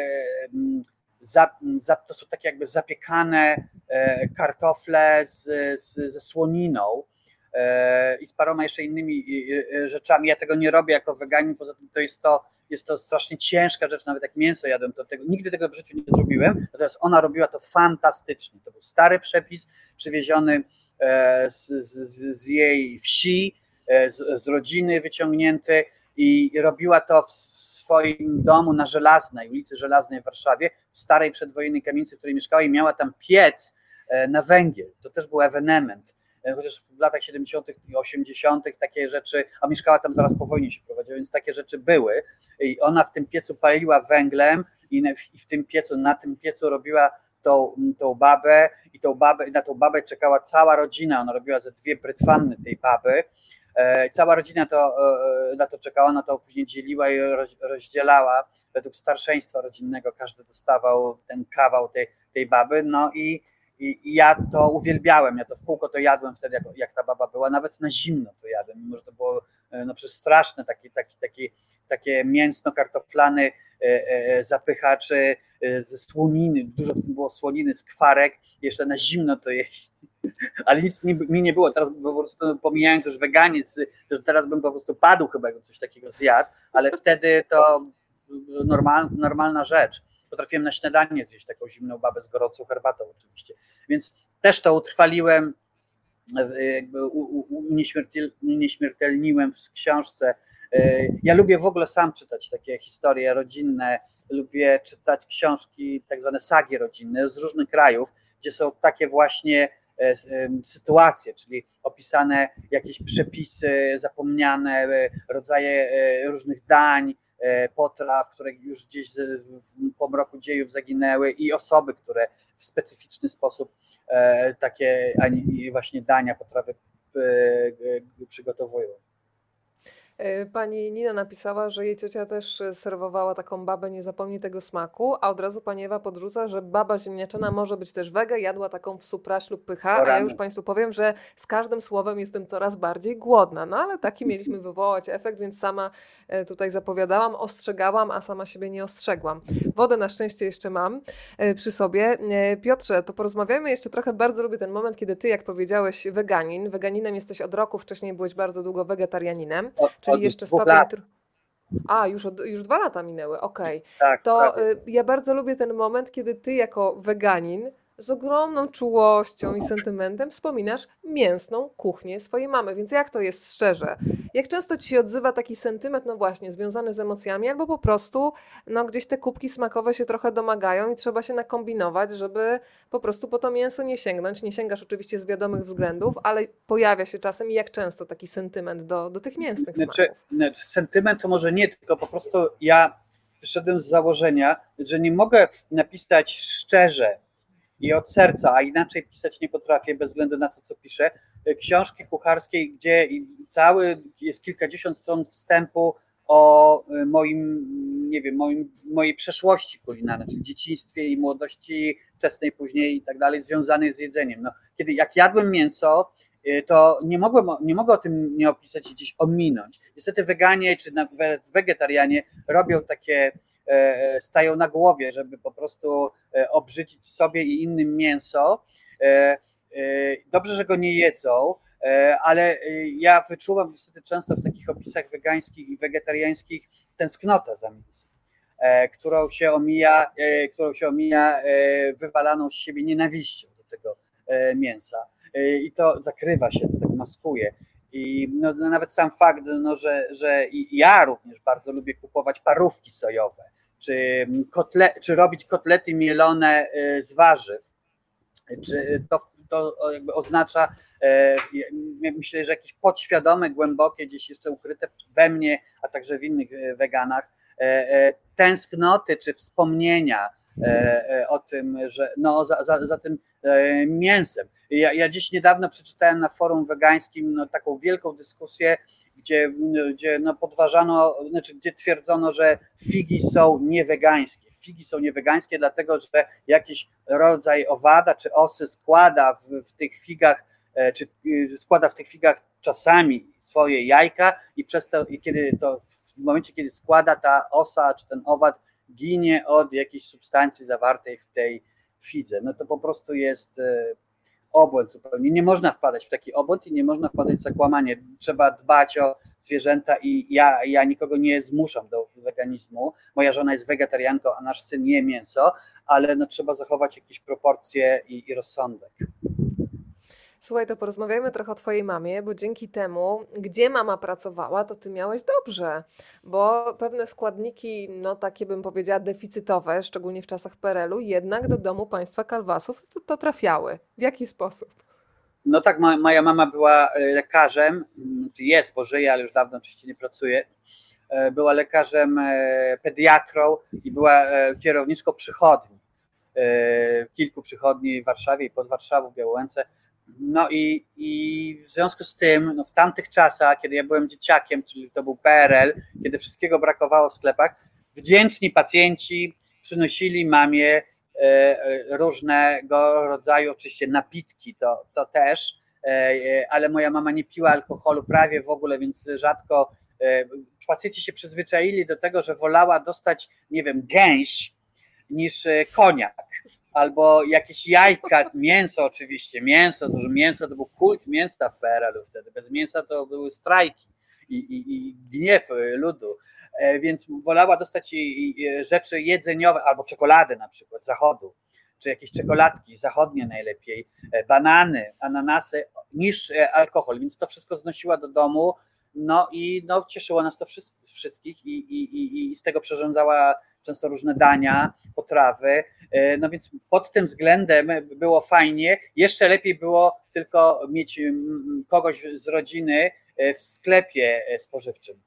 Za, za, to są takie jakby zapiekane e, kartofle z, z, ze słoniną e, i z paroma jeszcze innymi e, rzeczami. Ja tego nie robię jako weganin, poza tym to jest to, jest to strasznie ciężka rzecz, nawet jak mięso jadłem, to tego, nigdy tego w życiu nie zrobiłem, natomiast ona robiła to fantastycznie. To był stary przepis przywieziony e, z, z, z jej wsi, e, z, z rodziny wyciągnięty i, i robiła to w w swoim domu na Żelaznej, ulicy Żelaznej w Warszawie, w starej przedwojennej kamienicy, w której mieszkała i miała tam piec na węgiel. To też był ewenement, chociaż w latach siedemdziesiątych i osiemdziesiątych takie rzeczy, a mieszkała tam zaraz po wojnie się prowadziła, więc takie rzeczy były i ona w tym piecu paliła węglem i w tym piecu, na tym piecu robiła tą, tą babę i tą babę, na tą babę czekała cała rodzina, ona robiła ze dwie brytwanny tej baby. Cała rodzina to, na to czekała, ona to później dzieliła i rozdzielała według starszeństwa rodzinnego, każdy dostawał ten kawał tej, tej baby, no i, i, i ja to uwielbiałem, ja to w kółko to jadłem wtedy, jak, jak ta baba była, nawet na zimno to jadłem, mimo że to było no, przez straszne taki, taki, taki, takie mięsno-kartoflany zapychacz ze słoniny, dużo w tym było słoniny, skwarek, jeszcze na zimno to jeść. Ale nic mi nie było, teraz po prostu pomijając już weganizm, teraz bym po prostu padł chyba, jakbym coś takiego zjadł, ale wtedy to normal, normalna rzecz. Potrafiłem na śniadanie zjeść taką zimną babę z gorącą herbatą oczywiście, więc też to utrwaliłem, jakby unieśmiertelniłem w książce. Ja lubię w ogóle sam czytać takie historie rodzinne, lubię czytać książki, tak zwane sagi rodzinne z różnych krajów, gdzie są takie właśnie sytuacje, czyli opisane jakieś przepisy, zapomniane rodzaje różnych dań, potraw, które już gdzieś po mroku dziejów zaginęły i osoby, które w specyficzny sposób takie właśnie dania, potrawy przygotowują. Pani Nina napisała, że jej ciocia też serwowała taką babę, nie zapomni tego smaku, a od razu pani Ewa podrzuca, że baba ziemniaczana może być też wege, jadła taką w supraś lub pycha, a ja już Państwu powiem, że z każdym słowem jestem coraz bardziej głodna, no ale taki mieliśmy wywołać efekt, więc sama tutaj zapowiadałam, ostrzegałam, a sama siebie nie ostrzegłam. Wodę na szczęście jeszcze mam przy sobie. Piotrze, to porozmawiajmy jeszcze trochę, bardzo lubię ten moment, kiedy ty, jak powiedziałeś, weganin, weganinem jesteś od roku, wcześniej byłeś bardzo długo wegetarianinem. Czyli jeszcze stopień. A, już, od, już dwa lata minęły, okej. Okay. Tak, to y, ja bardzo lubię ten moment, kiedy ty jako weganin z ogromną czułością i sentymentem wspominasz mięsną kuchnię swojej mamy. Więc jak to jest szczerze? Jak często ci się odzywa taki sentyment, no właśnie, związany z emocjami, albo po prostu no, gdzieś te kubki smakowe się trochę domagają i trzeba się nakombinować, żeby po prostu po to mięso nie sięgnąć. Nie sięgasz oczywiście z wiadomych względów, ale pojawia się czasem i jak często taki sentyment do, do tych mięsnych smaków? Znaczy, znaczy, sentyment to może nie, tylko po prostu ja wyszedłem z założenia, że nie mogę napisać szczerze i od serca, a inaczej pisać nie potrafię, bez względu na to, co piszę, książki kucharskiej, gdzie cały jest kilkadziesiąt stron wstępu o moim, nie wiem, moim, mojej przeszłości kulinarnej, czyli dzieciństwie i młodości wczesnej, później i tak dalej, związanej z jedzeniem. No, kiedy jak jadłem mięso, to nie mogłem, nie mogę o tym nie opisać i gdzieś ominąć. Niestety weganie czy nawet wegetarianie robią takie, stają na głowie, żeby po prostu obrzydzić sobie i innym mięso. Dobrze, że go nie jedzą, ale ja wyczuwam niestety często w takich opisach wegańskich i wegetariańskich tęsknotę za mięsem, którą się omija, którą się omija wywalaną z siebie nienawiścią do tego mięsa. I to zakrywa się, to tak maskuje. I no, nawet sam fakt, no, że, że i ja również bardzo lubię kupować parówki sojowe, czy, kotle, czy robić kotlety mielone z warzyw, czy to, to jakby oznacza, myślę, że jakieś podświadome, głębokie, gdzieś jeszcze ukryte we mnie, a także w innych weganach, tęsknoty czy wspomnienia o tym, że no za, za, za tym mięsem. Ja, ja dziś niedawno przeczytałem na forum wegańskim no, taką wielką dyskusję, gdzie, gdzie no, podważano, znaczy gdzie twierdzono, że figi są niewegańskie. Figi są niewegańskie, dlatego że jakiś rodzaj owada czy osy składa w, w tych figach, czy składa w tych figach czasami swoje jajka i przez to, i kiedy to w momencie, kiedy składa ta osa czy ten owad, ginie od jakiejś substancji zawartej w tej fidze. No to po prostu jest obłęd zupełnie. Nie można wpadać w taki obłęd i nie można wpadać w zakłamanie. Trzeba dbać o zwierzęta i ja, ja nikogo nie zmuszam do weganizmu. Moja żona jest wegetarianką, a nasz syn je mięso, ale no trzeba zachować jakieś proporcje i, i rozsądek. Słuchaj, to porozmawiajmy trochę o twojej mamie, bo dzięki temu, gdzie mama pracowała, to ty miałeś dobrze, bo pewne składniki, no takie bym powiedziała deficytowe, szczególnie w czasach P R L u, jednak do domu państwa Kalwasów to, to trafiały. W jaki sposób? No tak, ma, moja mama była lekarzem, czy jest, bo żyje, ale już dawno oczywiście nie pracuje. Była lekarzem, pediatrą i była kierowniczką przychodni. kilku przychodni w Warszawie i pod Warszawą, w Białołęce. No i, i w związku z tym no w tamtych czasach, kiedy ja byłem dzieciakiem, czyli to był P R L, kiedy wszystkiego brakowało w sklepach, wdzięczni pacjenci przynosili mamie różnego rodzaju oczywiście napitki, to, to też, ale moja mama nie piła alkoholu prawie w ogóle, więc rzadko pacjenci się przyzwyczaili do tego, że wolała dostać, nie wiem, gęś niż koniak, albo jakieś jajka, mięso oczywiście, mięso, to, że mięso to był kult mięsa w P R L u wtedy, bez mięsa to były strajki i, i, i gniew ludu, więc wolała dostać rzeczy jedzeniowe, albo czekolady na przykład z zachodu, czy jakieś czekoladki zachodnie najlepiej, banany, ananasy, niż alkohol, więc to wszystko znosiła do domu, no i no, cieszyło nas to wszystkich i, i, i, i z tego przyrządzała często różne dania, potrawy, no więc pod tym względem było fajnie, jeszcze lepiej było tylko mieć kogoś z rodziny w sklepie spożywczym.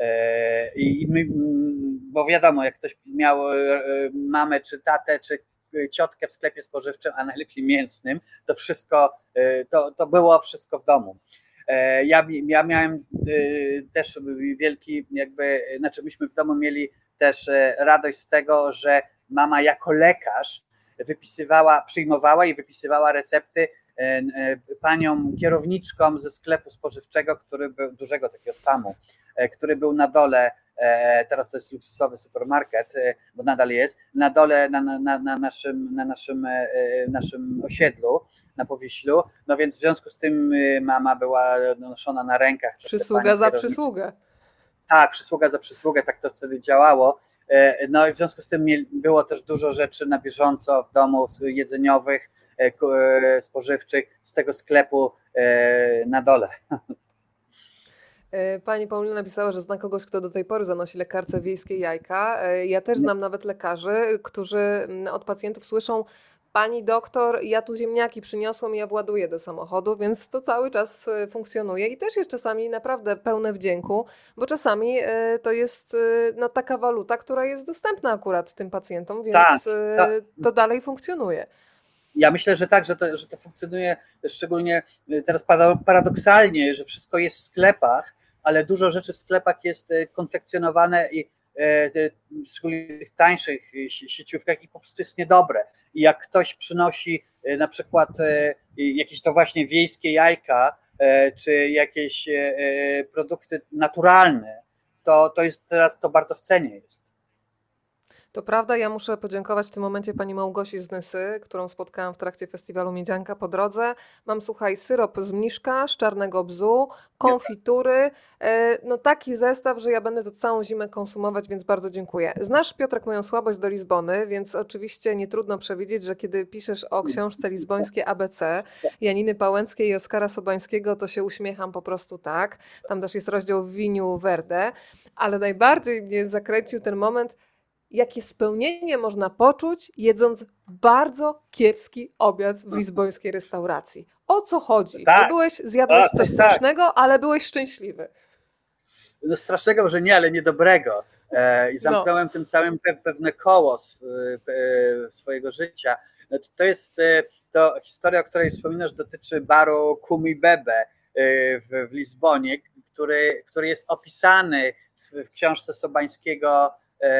I my, bo wiadomo, jak ktoś miał mamę, czy tatę, czy ciotkę w sklepie spożywczym, a najlepiej mięsnym, to wszystko, to, to było wszystko w domu. Ja, ja miałem też wielki, jakby, znaczy myśmy w domu mieli też radość z tego, że mama jako lekarz wypisywała, przyjmowała i wypisywała recepty paniom kierowniczkom ze sklepu spożywczego, który był dużego takiego samu, który był na dole, teraz to jest luksusowy supermarket, bo nadal jest, na dole na, na, na, naszym, na naszym, naszym osiedlu, na Powiślu, no więc w związku z tym mama była noszona na rękach. Przysługa za przysługę. Tak, przysługa za przysługę, tak to wtedy działało. No i w związku z tym było też dużo rzeczy na bieżąco w domu jedzeniowych, spożywczych z tego sklepu na dole. Pani Paulina napisała, że zna kogoś, kto do tej pory zanosi lekarce wiejskie jajka. Ja też znam nawet lekarzy, którzy od pacjentów słyszą: pani doktor, ja tu ziemniaki przyniosłam i ja właduję do samochodu, więc to cały czas funkcjonuje i też jest czasami naprawdę pełne wdzięku, bo czasami to jest no, taka waluta, która jest dostępna akurat tym pacjentom, więc tak, tak. to dalej funkcjonuje. Ja myślę, że tak, że to, że to funkcjonuje szczególnie teraz paradoksalnie, że wszystko jest w sklepach, ale dużo rzeczy w sklepach jest konfekcjonowane i szczególnie w tych tańszych sieciówkach i po prostu jest niedobre. I jak ktoś przynosi na przykład jakieś to właśnie wiejskie jajka, czy jakieś produkty naturalne, to, to jest teraz to bardzo w cenie jest. To prawda, ja muszę podziękować w tym momencie pani Małgosi z Nysy, którą spotkałam w trakcie festiwalu Miedzianka po drodze. Mam, słuchaj, syrop z mniszka, z czarnego bzu, konfitury, no taki zestaw, że ja będę to całą zimę konsumować, więc bardzo dziękuję. Znasz, Piotrek, moją słabość do Lizbony, więc oczywiście nie trudno przewidzieć, że kiedy piszesz o książce Lizbońskie A B C Janiny Pałęckiej i Oskara Sobańskiego, to się uśmiecham po prostu tak. Tam też jest rozdział w winiu Verde, ale najbardziej mnie zakręcił ten moment, jakie spełnienie można poczuć, jedząc bardzo kiepski obiad w lizbońskiej restauracji. O co chodzi? Tak, byłeś, zjadłeś tak, coś tak, strasznego, tak. ale byłeś szczęśliwy. No strasznego może nie, ale niedobrego. E, I zamknąłem no. tym samym pe- pewne koło sw- pe- swojego życia. Znaczy, to jest to historia, o której wspominasz, dotyczy baru Kumi Bebe w, w Lizbonie, który, który jest opisany w, w książce Sobańskiego.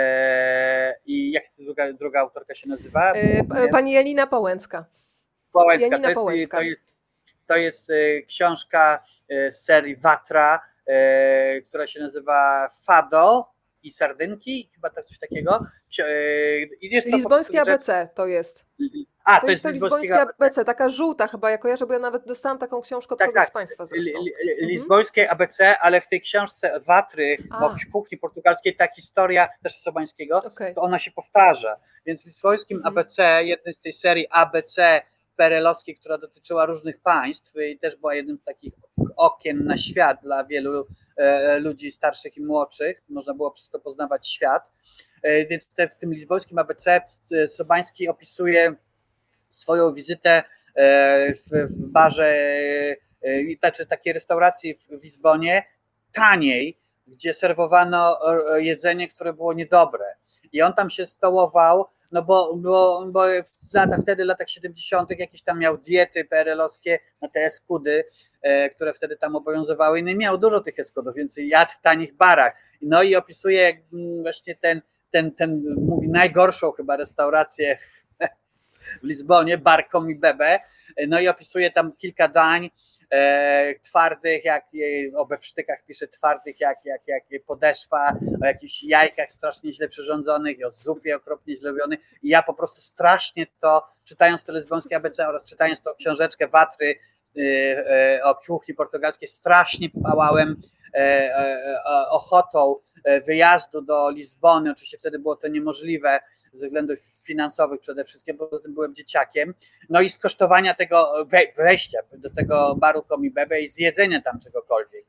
I jak druga, druga autorka się nazywa? Pani Janina Pałęcka. Pałęcka. Janina to, jest, Pałęcka. To, jest, to jest książka z serii Watra, która się nazywa Fado i Sardynki, chyba tak coś takiego. I jest Lizbońskie A B C to jest. A, to, to jest to Lizbońskie A B C, taka żółta chyba, ja kojarzę, bo ja nawet dostałam taką książkę od tak, kogoś tak. z Państwa zresztą. Lizbońskie A B C, ale w tej książce Watry, bo kuchni portugalskiej, ta historia też Sobańskiego, okay. to ona się powtarza. Więc w lizbońskim mhm. A B C, jednej z tej serii A B C perelowskiej, która dotyczyła różnych państw i też była jednym z takich okien na świat dla wielu e, ludzi starszych i młodszych, można było przez to poznawać świat. E, więc te, w tym lizbońskim A B C Sobański opisuje swoją wizytę w, w barze, znaczy takiej restauracji w Lizbonie, taniej, gdzie serwowano jedzenie, które było niedobre. I on tam się stołował no bo, bo, bo w latach wtedy, latach siedemdziesiątych jakieś tam miał diety P R L-owskie na te eskudy, które wtedy tam obowiązywały, i miał dużo tych eskudów, więc jadł w tanich barach. No i opisuje właśnie ten, ten, ten mówi najgorszą chyba restaurację w, w Lizbonie, bar Comi Bebe, no i opisuje tam kilka dań e, twardych, jak o bewsztykach pisze, twardych jak, jak, jak podeszwa, o jakichś jajkach strasznie źle przyrządzonych, o zupie okropnie źle robionej, i ja po prostu strasznie to, czytając to lizbońskie A B C oraz czytając tą książeczkę Watry e, e, o kuchni portugalskiej, strasznie pałałem e, e, ochotą wyjazdu do Lizbony. Oczywiście wtedy było to niemożliwe ze względów finansowych przede wszystkim, bo potem byłem dzieciakiem, no i skosztowania tego, wejścia do tego baru Comi Bebe i zjedzenia tam czegokolwiek.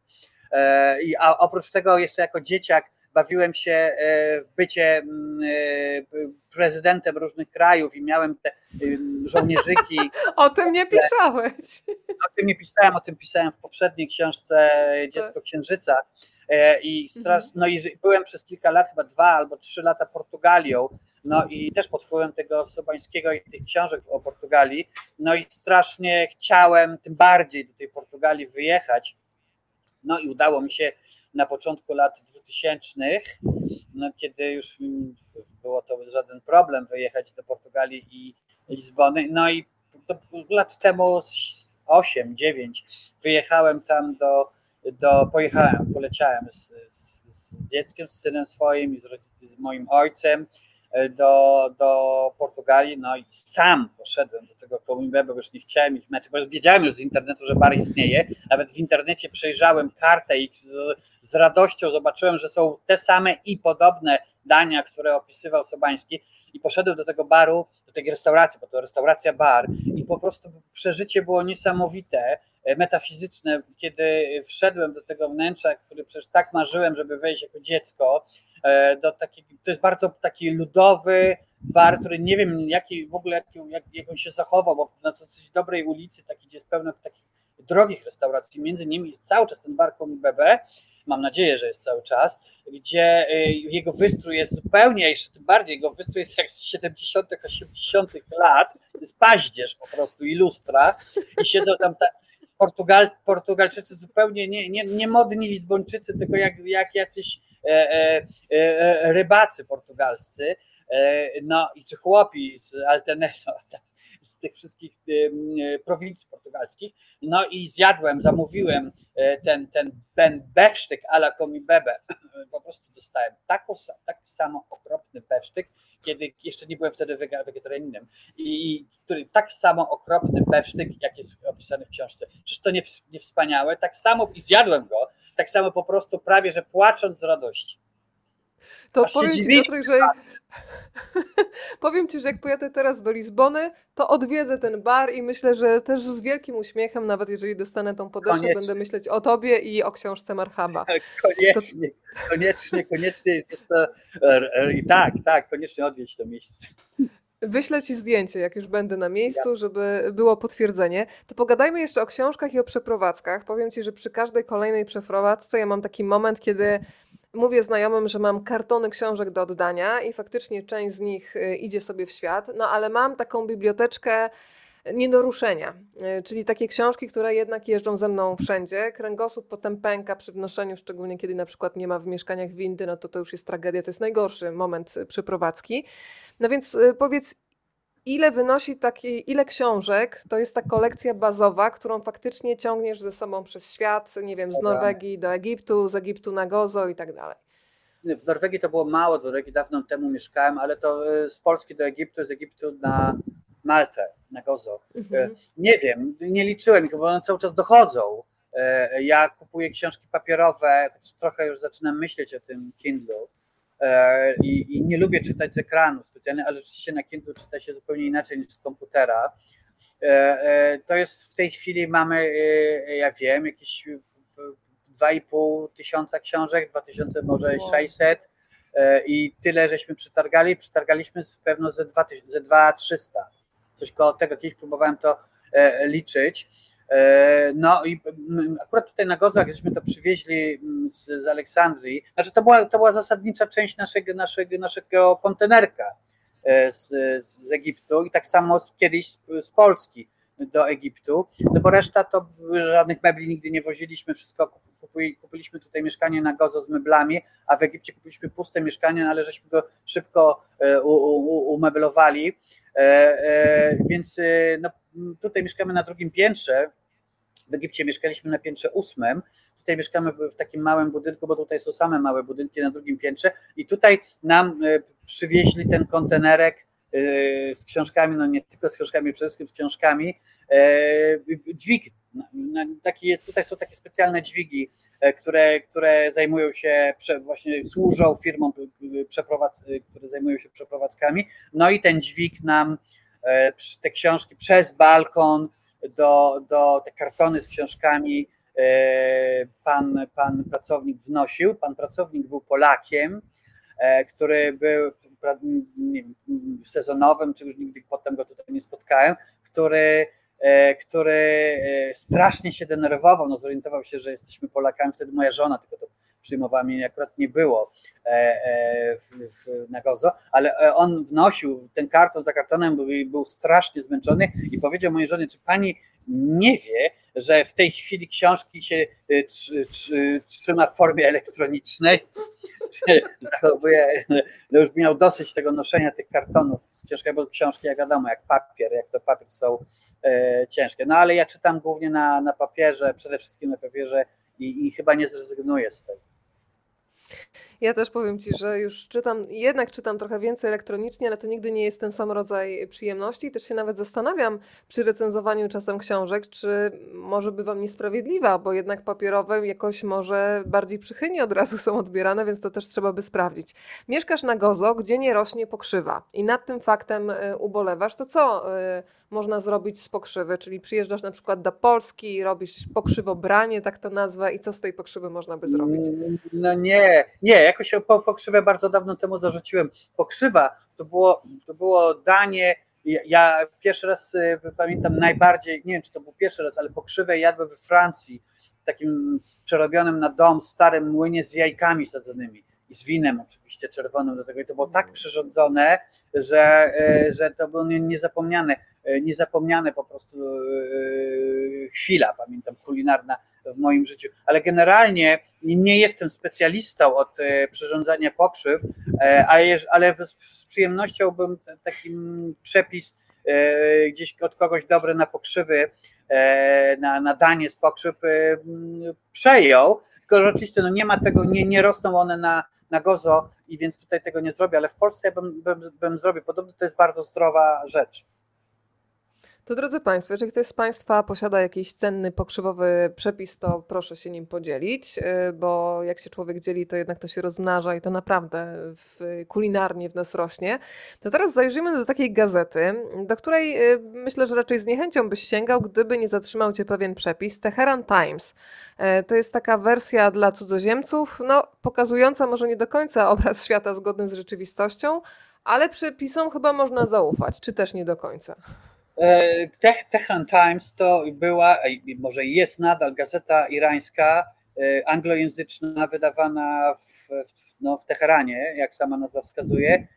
A oprócz tego jeszcze jako dzieciak bawiłem się w bycie prezydentem różnych krajów i miałem te żołnierzyki. O tym nie pisałeś. O tym nie pisałem, o tym pisałem w poprzedniej książce Dziecko Księżyca. I, strasz... no i byłem przez kilka lat, chyba dwa albo trzy lata Portugalią, no i też pod wpływem tego Sobańskiego i tych książek o Portugalii, no i strasznie chciałem tym bardziej do tej Portugalii wyjechać, no i udało mi się na początku lat dwutysięcznych, no kiedy już było to żaden problem wyjechać do Portugalii i Lizbony, no i to lat temu osiem dziewięć wyjechałem tam do Do, pojechałem, poleciałem z, z, z dzieckiem, z synem swoim i z, z moim ojcem do, do Portugalii, no i sam poszedłem do tego Comi Bebe, bo już nie chciałem ich męczyć, bo wiedziałem już z internetu, że bar istnieje, nawet w internecie przejrzałem kartę i z, z radością zobaczyłem, że są te same i podobne dania, które opisywał Sobański, i poszedłem do tego baru, do tej restauracji, bo to restauracja bar, i po prostu przeżycie było niesamowite, metafizyczne, kiedy wszedłem do tego wnętrza, który przecież tak marzyłem, żeby wejść jako dziecko, do takiego, to jest bardzo taki ludowy bar, który nie wiem jaki w ogóle jak, jak, jak on się zachował, bo na dosyć dobrej ulicy, taki, gdzie jest pełno takich drogich restauracji, między innymi jest cały czas ten bar Comi Bebe, mam nadzieję, że jest cały czas, gdzie jego wystrój jest zupełnie, jeszcze tym bardziej, jego wystrój jest jak z siedemdziesiątych, osiemdziesiątych lat, to jest paździerz po prostu i lustra, i siedzą tam ta, Portugal, Portugalczycy zupełnie nie, nie, nie modni Lizbończycy, tylko jak, jak jacyś e, e, e, rybacy portugalscy, e, no i czy chłopi z Alteneso, z tych wszystkich e, prowincji portugalskich, no i zjadłem, zamówiłem ten, ten, ten bewsztyk a la Comi Bebe, po prostu dostałem taką, tak samo okropny bewsztyk, kiedy jeszcze nie byłem wtedy wegetarianinem, i który tak samo okropny bewsztyk, jak jest opisany w książce. Czyż to nie, nie wspaniałe? Tak samo, i zjadłem go, tak samo po prostu prawie, że płacząc z radości. To Aż powiem ci, Piotrek, że powiem ci, że jak pojadę teraz do Lizbony, to odwiedzę ten bar i myślę, że też z wielkim uśmiechem, nawet jeżeli dostanę tą podeszwę, koniecznie będę myśleć o tobie i o książce Marhaba. Koniecznie, to... koniecznie, koniecznie. To, i tak, tak, koniecznie odwiedź to miejsce. Wyślę ci zdjęcie, jak już będę na miejscu, żeby było potwierdzenie. To pogadajmy jeszcze o książkach i o przeprowadzkach. Powiem ci, że przy każdej kolejnej przeprowadzce ja mam taki moment, kiedy mówię znajomym, że mam kartony książek do oddania i faktycznie część z nich idzie sobie w świat, no ale mam taką biblioteczkę nie do ruszenia, czyli takie książki, które jednak jeżdżą ze mną wszędzie. Kręgosłup potem pęka przy wnoszeniu, szczególnie kiedy na przykład nie ma w mieszkaniach windy, no to to już jest tragedia, to jest najgorszy moment przeprowadzki. No więc powiedz, ile wynosi taki, ile książek to jest ta kolekcja bazowa, którą faktycznie ciągniesz ze sobą przez świat, nie wiem, z Norwegii do Egiptu, z Egiptu na Gozo i tak dalej? W Norwegii to było mało, w Norwegii dawno temu mieszkałem, ale to z Polski do Egiptu, z Egiptu na Maltę, na Gozo. Mhm. Nie wiem, nie liczyłem, bo one cały czas dochodzą. Ja kupuję książki papierowe, chociaż trochę już zaczynam myśleć o tym Kindlu. I, i nie lubię czytać z ekranu specjalnie, ale rzeczywiście na Kindle czyta się zupełnie inaczej niż z komputera. To jest w tej chwili mamy, ja wiem, jakieś dwa i pół tysiąca książek, dwa tysiące może sześćset, i tyle żeśmy przetargali, przetargaliśmy pewno ze dwa tysiące trzysta. Coś koło tego, kiedyś próbowałem to liczyć. No i akurat tutaj na Gozach, żeśmy to przywieźli z, z Aleksandrii, znaczy to była, to była zasadnicza część naszego, naszego, naszego kontenerka. z, z Egiptu i tak samo kiedyś z, z Polski do Egiptu, no bo reszta to żadnych mebli nigdy nie woziliśmy, wszystko kupiliśmy tutaj mieszkanie na Gozo z meblami, a w Egipcie kupiliśmy puste mieszkanie, ale żeśmy go szybko umeblowali, więc no, tutaj mieszkamy na drugim piętrze, w Egipcie mieszkaliśmy na piętrze ósmym, tutaj mieszkamy w takim małym budynku, bo tutaj są same małe budynki na drugim piętrze i tutaj nam przywieźli ten kontenerek z książkami, no nie tylko z książkami, przede wszystkim z książkami, dźwig, taki jest, tutaj są takie specjalne dźwigi, które, które zajmują się, właśnie służą firmom, przeprowadz, które zajmują się przeprowadzkami, no i ten dźwig nam te książki przez balkon do, do te kartony z książkami pan, pan pracownik wnosił, pan pracownik był Polakiem, który był nie wiem, sezonowym, czy już nigdy potem go tutaj nie spotkałem, który, który strasznie się denerwował, no zorientował się, że jesteśmy Polakami, wtedy moja żona tylko to przyjmowała, mnie akurat nie było w, w, na Gozo, ale on wnosił ten karton za kartonem, był, był strasznie zmęczony i powiedział mojej żonie, czy pani nie wie, że w tej chwili książki się tr, tr, trzyma w formie elektronicznej, zachowuje, no już miał dosyć tego noszenia tych kartonów z książkami, bo książki, jak wiadomo, jak papier, jak to papier są e, ciężkie. No ale ja czytam głównie na, na papierze, przede wszystkim na papierze i, i chyba nie zrezygnuję z tego. Ja też powiem Ci, że już czytam, jednak czytam trochę więcej elektronicznie, ale to nigdy nie jest ten sam rodzaj przyjemności. Też się nawet zastanawiam przy recenzowaniu czasem książek, czy może bywam niesprawiedliwa, bo jednak papierowe jakoś może bardziej przychylnie od razu są odbierane, więc to też trzeba by sprawdzić. Mieszkasz na Gozo, gdzie nie rośnie pokrzywa i nad tym faktem ubolewasz. To co można zrobić z pokrzywy? Czyli przyjeżdżasz na przykład do Polski, robisz pokrzywobranie, tak to nazwę, i co z tej pokrzywy można by zrobić? No nie, nie, jakoś pokrzywę bardzo dawno temu zarzuciłem. Pokrzywa to było, to było danie, ja pierwszy raz pamiętam najbardziej, nie wiem czy to był pierwszy raz, ale pokrzywę jadłem we Francji, takim przerobionym na dom starym młynie z jajkami sadzonymi i z winem oczywiście czerwonym do tego i to było tak przyrządzone, że, że to było niezapomniane, niezapomniane po prostu chwila, pamiętam, kulinarna w moim życiu, ale generalnie nie jestem specjalistą od przyrządzania pokrzyw, ale z przyjemnością bym taki przepis gdzieś od kogoś dobry na pokrzywy, na, na danie z pokrzyw przejął, tylko oczywiście no nie ma tego, nie, nie rosną one na, na Gozo i więc tutaj tego nie zrobię, ale w Polsce bym, bym, bym zrobił, podobno to jest bardzo zdrowa rzecz. To drodzy Państwo, jeżeli ktoś z Państwa posiada jakiś cenny pokrzywowy przepis, to proszę się nim podzielić, bo jak się człowiek dzieli, to jednak to się rozmnaża i to naprawdę w, kulinarnie w nas rośnie. To teraz zajrzyjmy do takiej gazety, do której myślę, że raczej z niechęcią byś sięgał, gdyby nie zatrzymał Cię pewien przepis. Teheran Times. To jest taka wersja dla cudzoziemców, no pokazująca może nie do końca obraz świata zgodny z rzeczywistością, ale przepisom chyba można zaufać, czy też nie do końca. Tehran Times to była, może jest nadal gazeta irańska, anglojęzyczna, wydawana w, no, w Teheranie, jak sama nazwa wskazuje,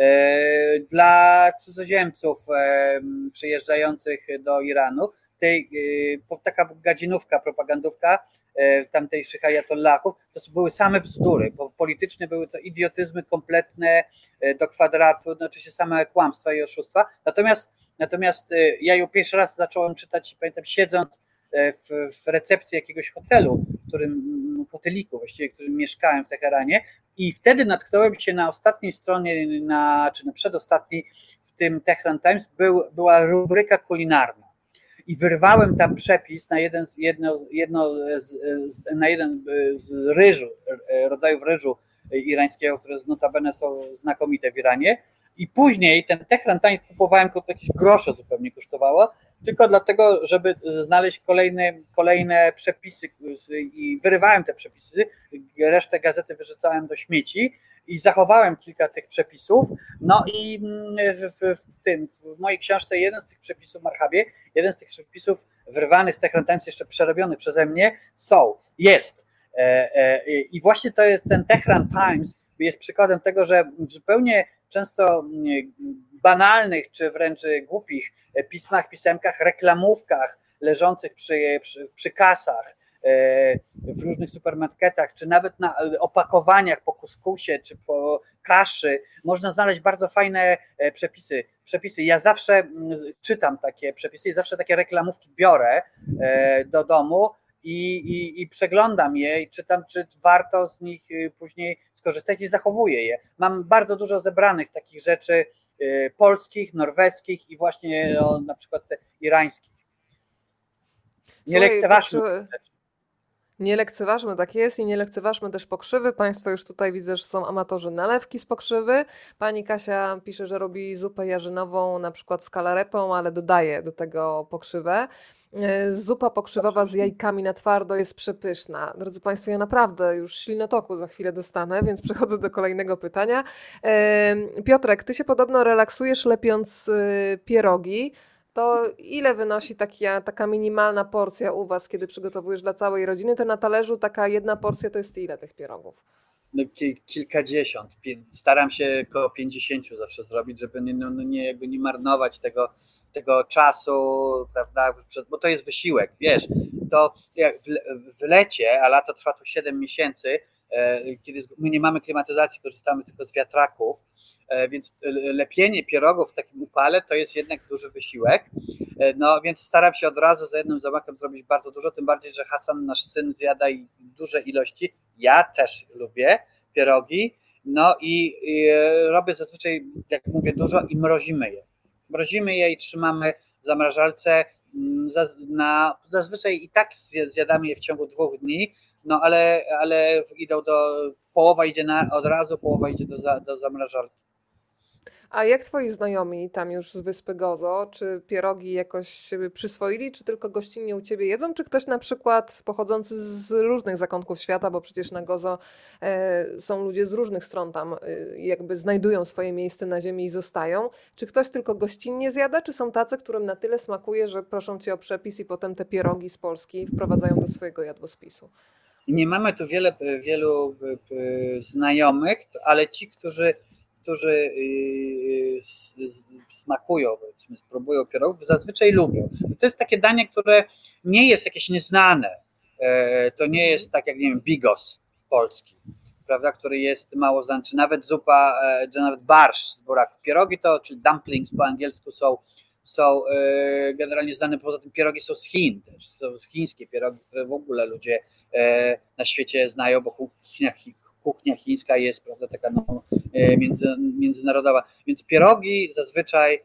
dla cudzoziemców przyjeżdżających do Iranu. Tej, taka gadzinówka, propagandówka tamtejszych ajatollahów, to były same bzdury, bo politycznie były to idiotyzmy kompletne do kwadratu, znaczy się same kłamstwa i oszustwa. Natomiast Natomiast ja ją pierwszy raz zacząłem czytać, pamiętam, siedząc w, w recepcji jakiegoś hotelu, w którym, hoteliku właściwie, w którym mieszkałem w Teheranie i wtedy natknąłem się na ostatniej stronie, na, czy na przedostatniej w tym Tehran Times był, była rubryka kulinarna i wyrwałem tam przepis na jeden, jedno, jedno z, na jeden z ryżu, rodzajów ryżu irańskiego, które notabene są znakomite w Iranie. I później ten Tehran Times kupowałem, to jakieś grosze zupełnie kosztowało, tylko dlatego, żeby znaleźć kolejne, kolejne przepisy i wyrywałem te przepisy, resztę gazety wyrzucałem do śmieci i zachowałem kilka tych przepisów. No i w, w, w tym, w mojej książce jeden z tych przepisów, Marhabie, jeden z tych przepisów wyrwanych z Tehran Times, jeszcze przerobiony przeze mnie, są, jest. I właśnie to jest ten Tehran Times, jest przykładem tego, że zupełnie często banalnych czy wręcz głupich pismach, pisemkach, reklamówkach leżących przy, przy, przy kasach w różnych supermarketach, czy nawet na opakowaniach po kuskusie, czy po kaszy, można znaleźć bardzo fajne przepisy. przepisy. Ja zawsze czytam takie przepisy i zawsze takie reklamówki biorę do domu i, i, i przeglądam je i czytam, czy warto z nich później skorzystać i zachowuję je. Mam bardzo dużo zebranych takich rzeczy polskich, norweskich i właśnie o, na przykład te irańskich. Nie lekceważmy tych rzeczy. Nie lekceważmy, tak jest, i nie lekceważmy też pokrzywy. Państwo już tutaj widzę, że są amatorzy nalewki z pokrzywy. Pani Kasia pisze, że robi zupę jarzynową na przykład z kalarepą, ale dodaje do tego pokrzywę. Zupa pokrzywowa z jajkami na twardo jest przepyszna. Drodzy Państwo, ja naprawdę już ślinotoku za chwilę dostanę, więc przechodzę do kolejnego pytania. Piotrek, ty się podobno relaksujesz lepiąc pierogi. To ile wynosi taka, taka minimalna porcja u Was, kiedy przygotowujesz dla całej rodziny? To na talerzu taka jedna porcja to jest ile tych pierogów? No, kilkadziesiąt. Staram się około pięćdziesiąt zawsze zrobić, żeby nie, no, nie, jakby nie marnować tego, tego czasu, prawda? Bo to jest wysiłek, wiesz. To jak w, w lecie, a lato trwa tu siedem miesięcy, kiedy my nie mamy klimatyzacji, korzystamy tylko z wiatraków, więc lepienie pierogów w takim upale to jest jednak duży wysiłek, no więc staram się od razu za jednym zamachem zrobić bardzo dużo, tym bardziej, że Hasan, nasz syn, zjada duże ilości, ja też lubię pierogi, no i, i robię zazwyczaj, jak mówię, dużo i mrozimy je, mrozimy je i trzymamy w zamrażalce, na, zazwyczaj i tak zjadamy je w ciągu dwóch dni, no ale, ale idą do, połowa idzie na, od razu, połowa idzie do, do zamrażalki. A jak Twoi znajomi tam już z wyspy Gozo, czy pierogi jakoś przyswoili, czy tylko gościnnie u Ciebie jedzą, czy ktoś na przykład pochodzący z różnych zakątków świata, bo przecież na Gozo e, są ludzie z różnych stron tam, e, jakby znajdują swoje miejsce na ziemi i zostają. Czy ktoś tylko gościnnie zjada, czy są tacy, którym na tyle smakuje, że proszą Cię o przepis i potem te pierogi z Polski wprowadzają do swojego jadłospisu? Nie mamy tu wiele, wielu znajomych, ale ci, którzy którzy smakują, spróbują pierogów, zazwyczaj lubią. To jest takie danie, które nie jest jakieś nieznane. To nie jest tak jak, nie wiem, bigos polski, prawda, który jest mało znany, czy nawet zupa, czy nawet barszcz z buraków. Pierogi to, czyli dumplings po angielsku, są, są generalnie znane, poza tym pierogi są z Chin też, są chińskie pierogi, które w ogóle ludzie na świecie znają, bo kuchnia, kuchnia chińska jest, prawda, taka no, między, międzynarodowa. Więc pierogi zazwyczaj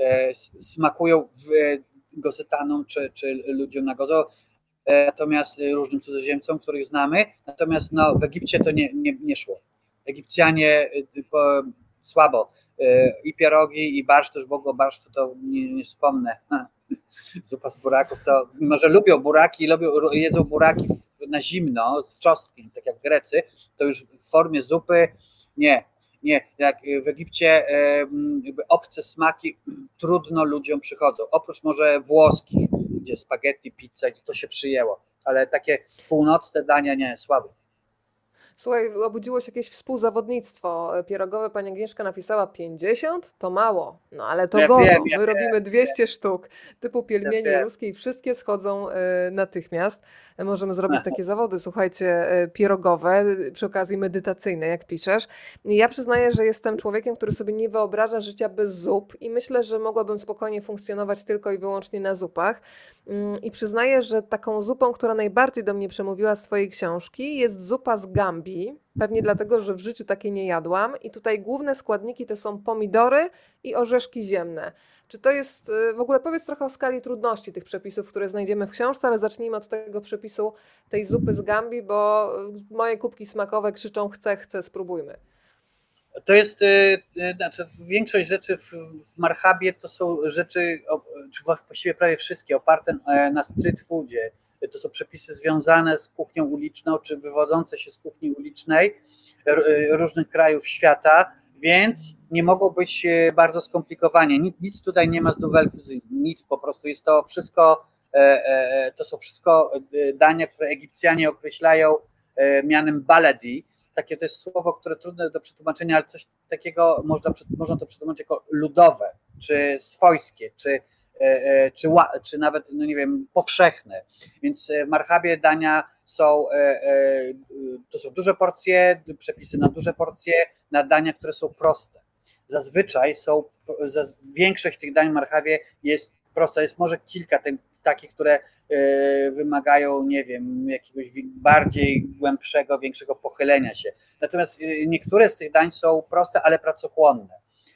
smakują w Gozytanom czy, czy ludziom na Gozo, natomiast różnym cudzoziemcom, których znamy, natomiast no, w Egipcie to nie, nie, nie szło. Egipcjanie po, słabo. I pierogi, i barszcz, też w ogóle barszcz to nie, nie wspomnę. Zupa z buraków, to mimo że lubią buraki, lubią, jedzą buraki na zimno z czosnkiem, tak jak Grecy, to już w formie zupy nie, nie. Jak w Egipcie jakby obce smaki trudno ludziom przychodzą, oprócz może włoskich, gdzie spaghetti, pizza, to się przyjęło, ale takie północne dania nie, słabe. Słuchaj, obudziło się jakieś współzawodnictwo pierogowe. Pani Agnieszka napisała pięćdziesiąt, to mało. No ale to ja Gozo, wiem, ja my wiem, robimy dwieście wiem. sztuk typu pielmienie ja ruskie i wszystkie schodzą y, natychmiast. Możemy zrobić Aha. takie zawody, słuchajcie, y, pierogowe, przy okazji medytacyjne, jak piszesz. I ja przyznaję, że jestem człowiekiem, który sobie nie wyobraża życia bez zup i myślę, że mogłabym spokojnie funkcjonować tylko i wyłącznie na zupach. Y, I przyznaję, że taką zupą, która najbardziej do mnie przemówiła z twojej książki, jest zupa z gambi. Pewnie dlatego, że w życiu takiej nie jadłam i tutaj główne składniki to są pomidory i orzeszki ziemne. Czy to jest, w ogóle powiedz trochę o skali trudności tych przepisów, które znajdziemy w książce, ale zacznijmy od tego przepisu tej zupy z gambi, bo moje kubki smakowe krzyczą chcę, chcę, spróbujmy. To jest, znaczy większość rzeczy w, w marhabie to są rzeczy, czy właściwie prawie wszystkie, oparte na street foodzie. To są przepisy związane z kuchnią uliczną, czy wywodzące się z kuchni ulicznej różnych krajów świata, więc nie mogą być bardzo skomplikowane. Nic, nic tutaj nie ma z dubelki, nic, po prostu jest to wszystko, to są wszystko dania, które Egipcjanie określają mianem baladi, takie to jest słowo, które trudne do przetłumaczenia, ale coś takiego można, można to przetłumaczyć jako ludowe, czy swojskie, czy, czy, czy nawet, no nie wiem, powszechne. Więc w marhabie dania są, to są duże porcje, przepisy na duże porcje, na dania, które są proste. Zazwyczaj są, większość tych dań w marhabie jest prosta, jest może kilka tych, takich, które wymagają, nie wiem, jakiegoś bardziej głębszego, większego pochylenia się. Natomiast niektóre z tych dań są proste, ale pracochłonne.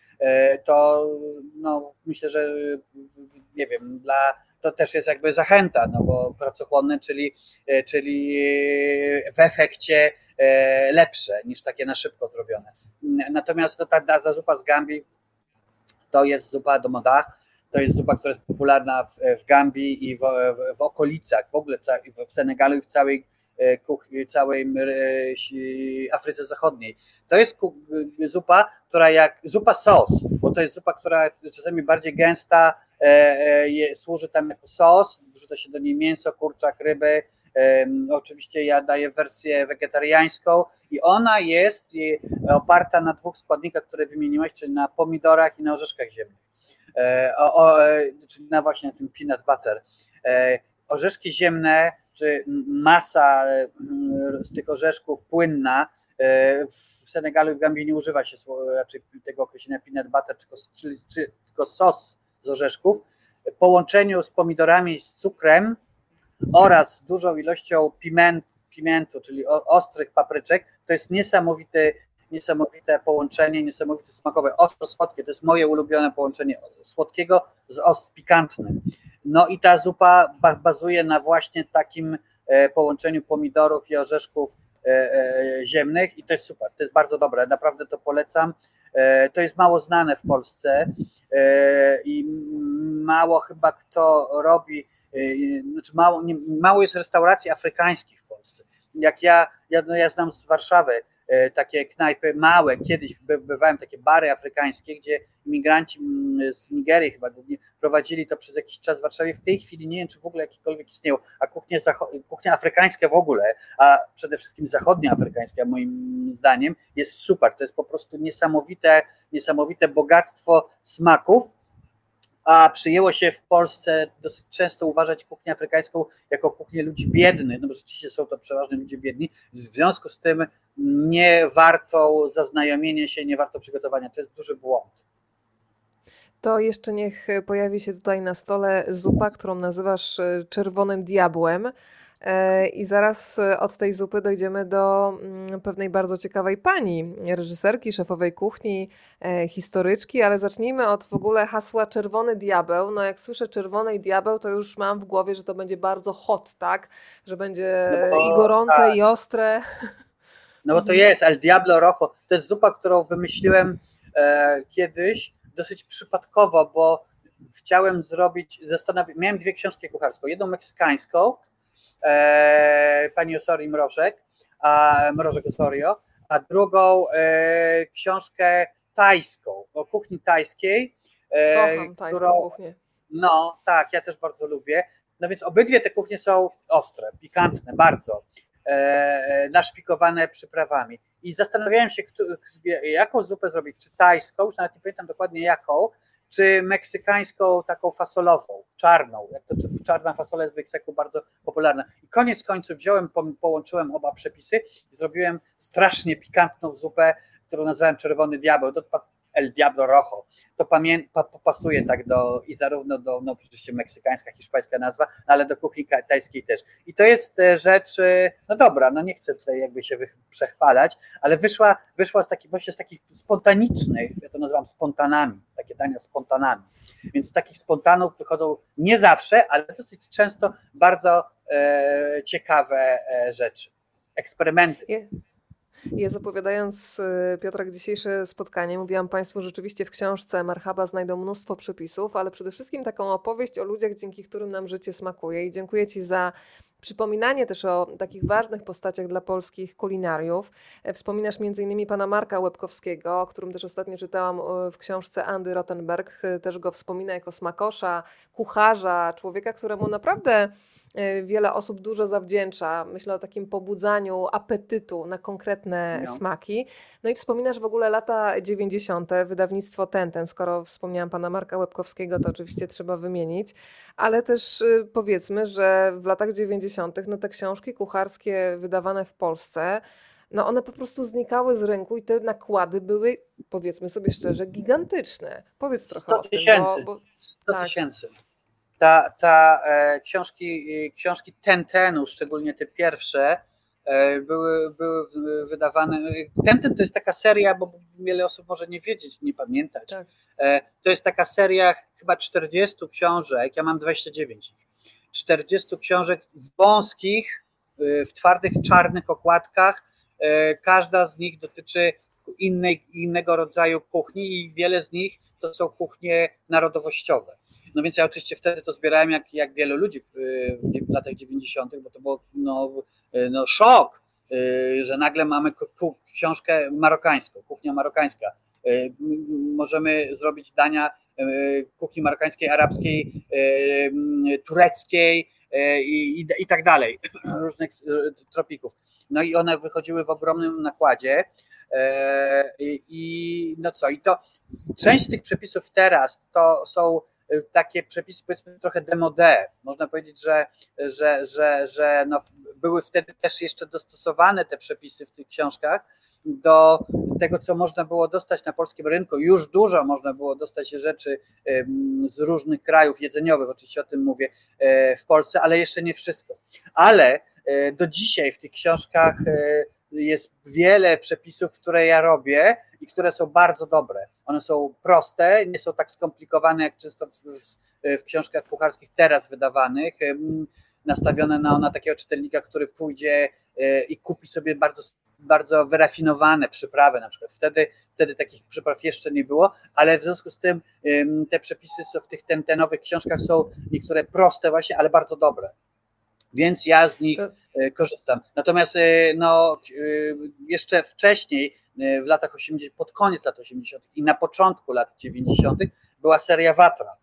To no, myślę, że nie wiem, dla, to też jest jakby zachęta, no bo pracochłonne, czyli, czyli w efekcie lepsze niż takie na szybko zrobione. Natomiast no, ta, ta zupa z Gambii to jest zupa do modach. To jest zupa, która jest popularna w, w Gambii i w, w, w okolicach, w ogóle w Senegalu i w całej, całej Afryce Zachodniej. To jest zupa, która jak zupa sos, bo to jest zupa, która czasami bardziej gęsta, e, służy tam jako sos, wrzuca się do niej mięso, kurczak, ryby. E, oczywiście ja daję wersję wegetariańską i ona jest oparta na dwóch składnikach, które wymieniłeś, czyli na pomidorach i na orzeszkach ziemnych. O, o, czyli na właśnie tym peanut butter. Orzeszki ziemne, czy masa z tych orzeszków płynna, w Senegalu i w Gambii nie używa się raczej tego określenia peanut butter, czyli tylko sos z orzeszków. W połączeniu z pomidorami i z cukrem oraz z dużą ilością piment, pimentu, czyli ostrych papryczek, to jest niesamowity niesamowite połączenie, niesamowite smakowe, ostro-słodkie, to jest moje ulubione połączenie słodkiego z os pikantnym. No i ta zupa bazuje na właśnie takim połączeniu pomidorów i orzeszków ziemnych i to jest super, to jest bardzo dobre, naprawdę to polecam. To jest mało znane w Polsce i mało chyba kto robi, znaczy mało, nie, mało jest restauracji afrykańskich w Polsce. Jak ja, ja, no ja znam z Warszawy takie knajpy małe, kiedyś bywałem takie bary afrykańskie, gdzie imigranci z Nigerii chyba głównie prowadzili to przez jakiś czas w Warszawie. W tej chwili nie wiem, czy w ogóle jakikolwiek istnieją, a kuchnia, kuchnia afrykańska w ogóle, a przede wszystkim zachodnia afrykańska moim zdaniem jest super. To jest po prostu niesamowite, niesamowite bogactwo smaków, a przyjęło się w Polsce dosyć często uważać kuchnię afrykańską jako kuchnię ludzi biednych, no bo rzeczywiście są to przeważnie ludzie biedni, w związku z tym nie warto zaznajomienia się, nie warto przygotowania, to jest duży błąd. To jeszcze niech pojawi się tutaj na stole zupa, którą nazywasz czerwonym diabłem. I zaraz od tej zupy dojdziemy do pewnej bardzo ciekawej pani, reżyserki, szefowej kuchni, historyczki, ale zacznijmy od w ogóle hasła czerwony diabeł. No jak słyszę czerwony diabeł, to już mam w głowie, że to będzie bardzo hot, tak? Że będzie no, i gorące, tak. I ostre. No bo to jest El Diablo Rojo. To jest zupa, którą wymyśliłem e, kiedyś dosyć przypadkowo, bo chciałem zrobić, zastanawiam, miałem dwie książki kucharską, jedną meksykańską, E, pani Osorio Mrożek, a, Mrożek Osorio, a drugą e, książkę tajską, o kuchni tajskiej. E, Kocham tajską którą, kuchnię. No tak, ja też bardzo lubię. No więc obydwie te kuchnie są ostre, pikantne, bardzo, e, naszpikowane przyprawami. I zastanawiałem się, kto, jaką zupę zrobić, czy tajską, już nawet nie pamiętam dokładnie jaką, czy meksykańską taką fasolową, czarną, jak to czarna fasola jest w Meksyku bardzo popularna. I koniec końców wziąłem, połączyłem oba przepisy i zrobiłem strasznie pikantną zupę, którą nazwałem czerwony diabeł, to El Diablo Rojo. To pamię- pa- pasuje tak do, i zarówno do, no oczywiście meksykańska, hiszpańska nazwa, ale do kuchni tajskiej też. I to jest rzecz, no dobra, no nie chcę tutaj jakby się przechwalać, ale wyszła, wyszła z takich, właśnie z takich spontanicznych, ja to nazywam spontanami, takie dania spontanami. Więc z takich spontanów wychodzą nie zawsze, ale dosyć często bardzo e, ciekawe e, rzeczy, eksperymenty. Yeah. Ja zapowiadając, Piotrek, dzisiejsze spotkanie, mówiłam Państwu, że rzeczywiście w książce Marhaba znajdą mnóstwo przepisów, ale przede wszystkim taką opowieść o ludziach, dzięki którym nam życie smakuje. I dziękuję Ci za przypominanie też o takich ważnych postaciach dla polskich kulinariów. Wspominasz między innymi pana Marka Łebkowskiego, o którym też ostatnio czytałam w książce Andy Rottenberg. Też go wspomina jako smakosza, kucharza, człowieka, któremu naprawdę wiele osób dużo zawdzięcza. Myślę o takim pobudzaniu apetytu na konkretne no. smaki. No i wspominasz w ogóle lata dziewięćdziesiąte, wydawnictwo Tenten. Skoro wspomniałam pana Marka Łebkowskiego, to oczywiście trzeba wymienić. Ale też powiedzmy, że w latach dziewięćdziesiątych no te książki kucharskie wydawane w Polsce, no one po prostu znikały z rynku i te nakłady były, powiedzmy sobie szczerze, gigantyczne. Powiedz trochę o tym. Tysięcy. Bo, bo, sto tak. tysięcy. Ta, ta e, książki, e, książki Tentenu, szczególnie te pierwsze, e, były, były wydawane. Tenten to jest taka seria, bo wiele osób może nie wiedzieć, nie pamiętać. Tak. E, to jest taka seria chyba czterdziestu książek, ja mam dwadzieścia dziewięć. czterdziestu książek wąskich, e, w twardych, czarnych okładkach. E, każda z nich dotyczy innej, innego rodzaju kuchni i wiele z nich to są kuchnie narodowościowe. No więc ja oczywiście wtedy to zbierałem jak, jak wielu ludzi w, w latach dziewięćdziesiątych, bo to było no, no szok, że nagle mamy książkę marokańską, kuchnia marokańska. Możemy zrobić dania kuchni marokańskiej, arabskiej, tureckiej i, i, i tak dalej, różnych tropików. No i one wychodziły w ogromnym nakładzie i, i no co, i to część z tych przepisów teraz to są takie przepisy, powiedzmy trochę démodé. Można powiedzieć, że, że, że, że no były wtedy też jeszcze dostosowane te przepisy w tych książkach do tego, co można było dostać na polskim rynku. Już dużo można było dostać rzeczy z różnych krajów jedzeniowych, oczywiście o tym mówię, w Polsce, ale jeszcze nie wszystko. Ale do dzisiaj w tych książkach jest wiele przepisów, które ja robię i które są bardzo dobre. One są proste, nie są tak skomplikowane jak często w, w, w książkach kucharskich teraz wydawanych, nastawione na, na takiego czytelnika, który pójdzie i kupi sobie bardzo, bardzo wyrafinowane przyprawy na przykład. Wtedy, wtedy takich przypraw jeszcze nie było, ale w związku z tym te przepisy są w tych tentenowych książkach są niektóre proste właśnie, ale bardzo dobre. Więc ja z nich korzystam. Natomiast no, jeszcze wcześniej, w latach osiemdziesiątych, pod koniec lat osiemdziesiątych i na początku lat dziewięćdziesiątych była seria Watra.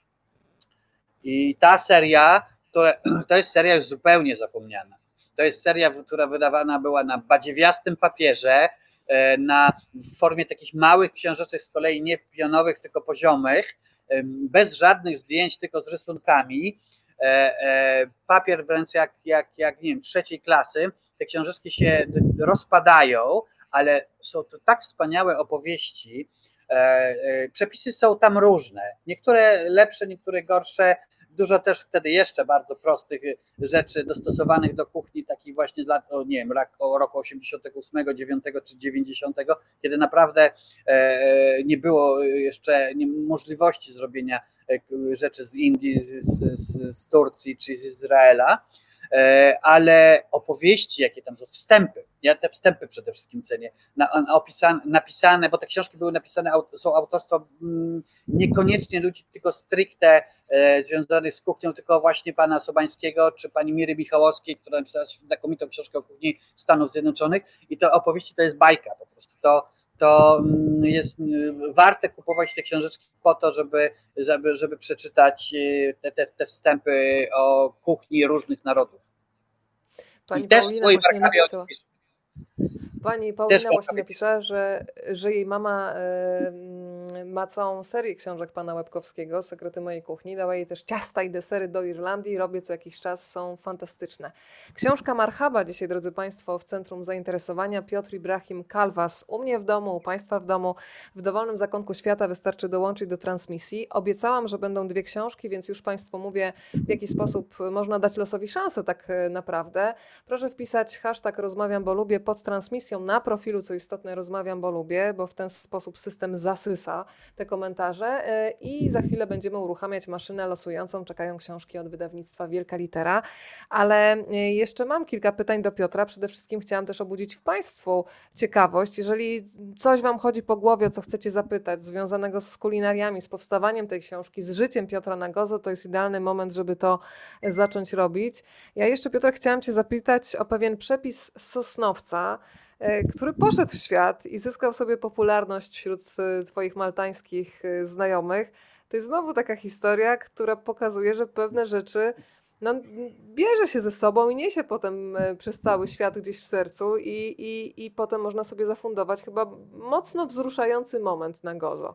I ta seria, to, to jest seria już zupełnie zapomniana. To jest seria, która wydawana była na badziewiastym papierze, na, w formie takich małych książeczek, z kolei nie pionowych, tylko poziomych, bez żadnych zdjęć, tylko z rysunkami. Papier wręcz jak, jak, jak nie wiem, trzeciej klasy. Te książeczki się rozpadają, ale są to tak wspaniałe opowieści. Przepisy są tam różne. Niektóre lepsze, niektóre gorsze. Dużo też wtedy jeszcze bardzo prostych rzeczy dostosowanych do kuchni, takich właśnie z lat, nie wiem, roku osiemdziesiątego ósmego, dziewiątego czy dziewięćdziesiątego, kiedy naprawdę nie było jeszcze możliwości zrobienia rzeczy z Indii, z, z, z Turcji czy z Izraela, ale opowieści, jakie tam są, wstępy, ja te wstępy przede wszystkim cenię, opisane, napisane, bo te książki były napisane, są autorstwo niekoniecznie ludzi tylko stricte związanych z kuchnią, tylko właśnie pana Sobańskiego czy pani Miry Michałowskiej, która napisała znakomitą książkę o kuchni Stanów Zjednoczonych i to opowieści to jest bajka po prostu, to to jest warte kupować te książeczki po to, żeby, żeby, żeby przeczytać te, te, te wstępy o kuchni różnych narodów. Pani I też Paulina w swojej napisała. Pani Paulina właśnie napisała, że, że jej mama y, ma całą serię książek pana Łebkowskiego, Sekrety mojej kuchni. Dała jej też ciasta i desery do Irlandii. Robię co jakiś czas, są fantastyczne. Książka Marhaba dzisiaj, drodzy Państwo, w centrum zainteresowania. Piotr Ibrahim Kalwas. U mnie w domu, u Państwa w domu, w dowolnym zakątku świata wystarczy dołączyć do transmisji. Obiecałam, że będą dwie książki, więc już Państwu mówię, w jaki sposób można dać losowi szansę tak naprawdę. Proszę wpisać hashtag rozmawiam, bo lubię pod transmisją na profilu, co istotne, rozmawiam, bo lubię, bo w ten sposób system zasysa echa, te komentarze i za chwilę będziemy uruchamiać maszynę losującą, czekają książki od wydawnictwa Wielka Litera, ale jeszcze mam kilka pytań do Piotra, przede wszystkim chciałam też obudzić w Państwu ciekawość, jeżeli coś Wam chodzi po głowie, o co chcecie zapytać, związanego z kulinariami, z powstawaniem tej książki, z życiem Piotra Nagozo, to jest idealny moment, żeby to zacząć robić. Ja jeszcze, Piotr, chciałam Cię zapytać o pewien przepis z Sosnowca, który poszedł w świat i zyskał sobie popularność wśród Twoich maltańskich znajomych. To jest znowu taka historia, która pokazuje, że pewne rzeczy no, bierze się ze sobą i niesie potem przez cały świat gdzieś w sercu i, i, i potem można sobie zafundować chyba mocno wzruszający moment na Gozo.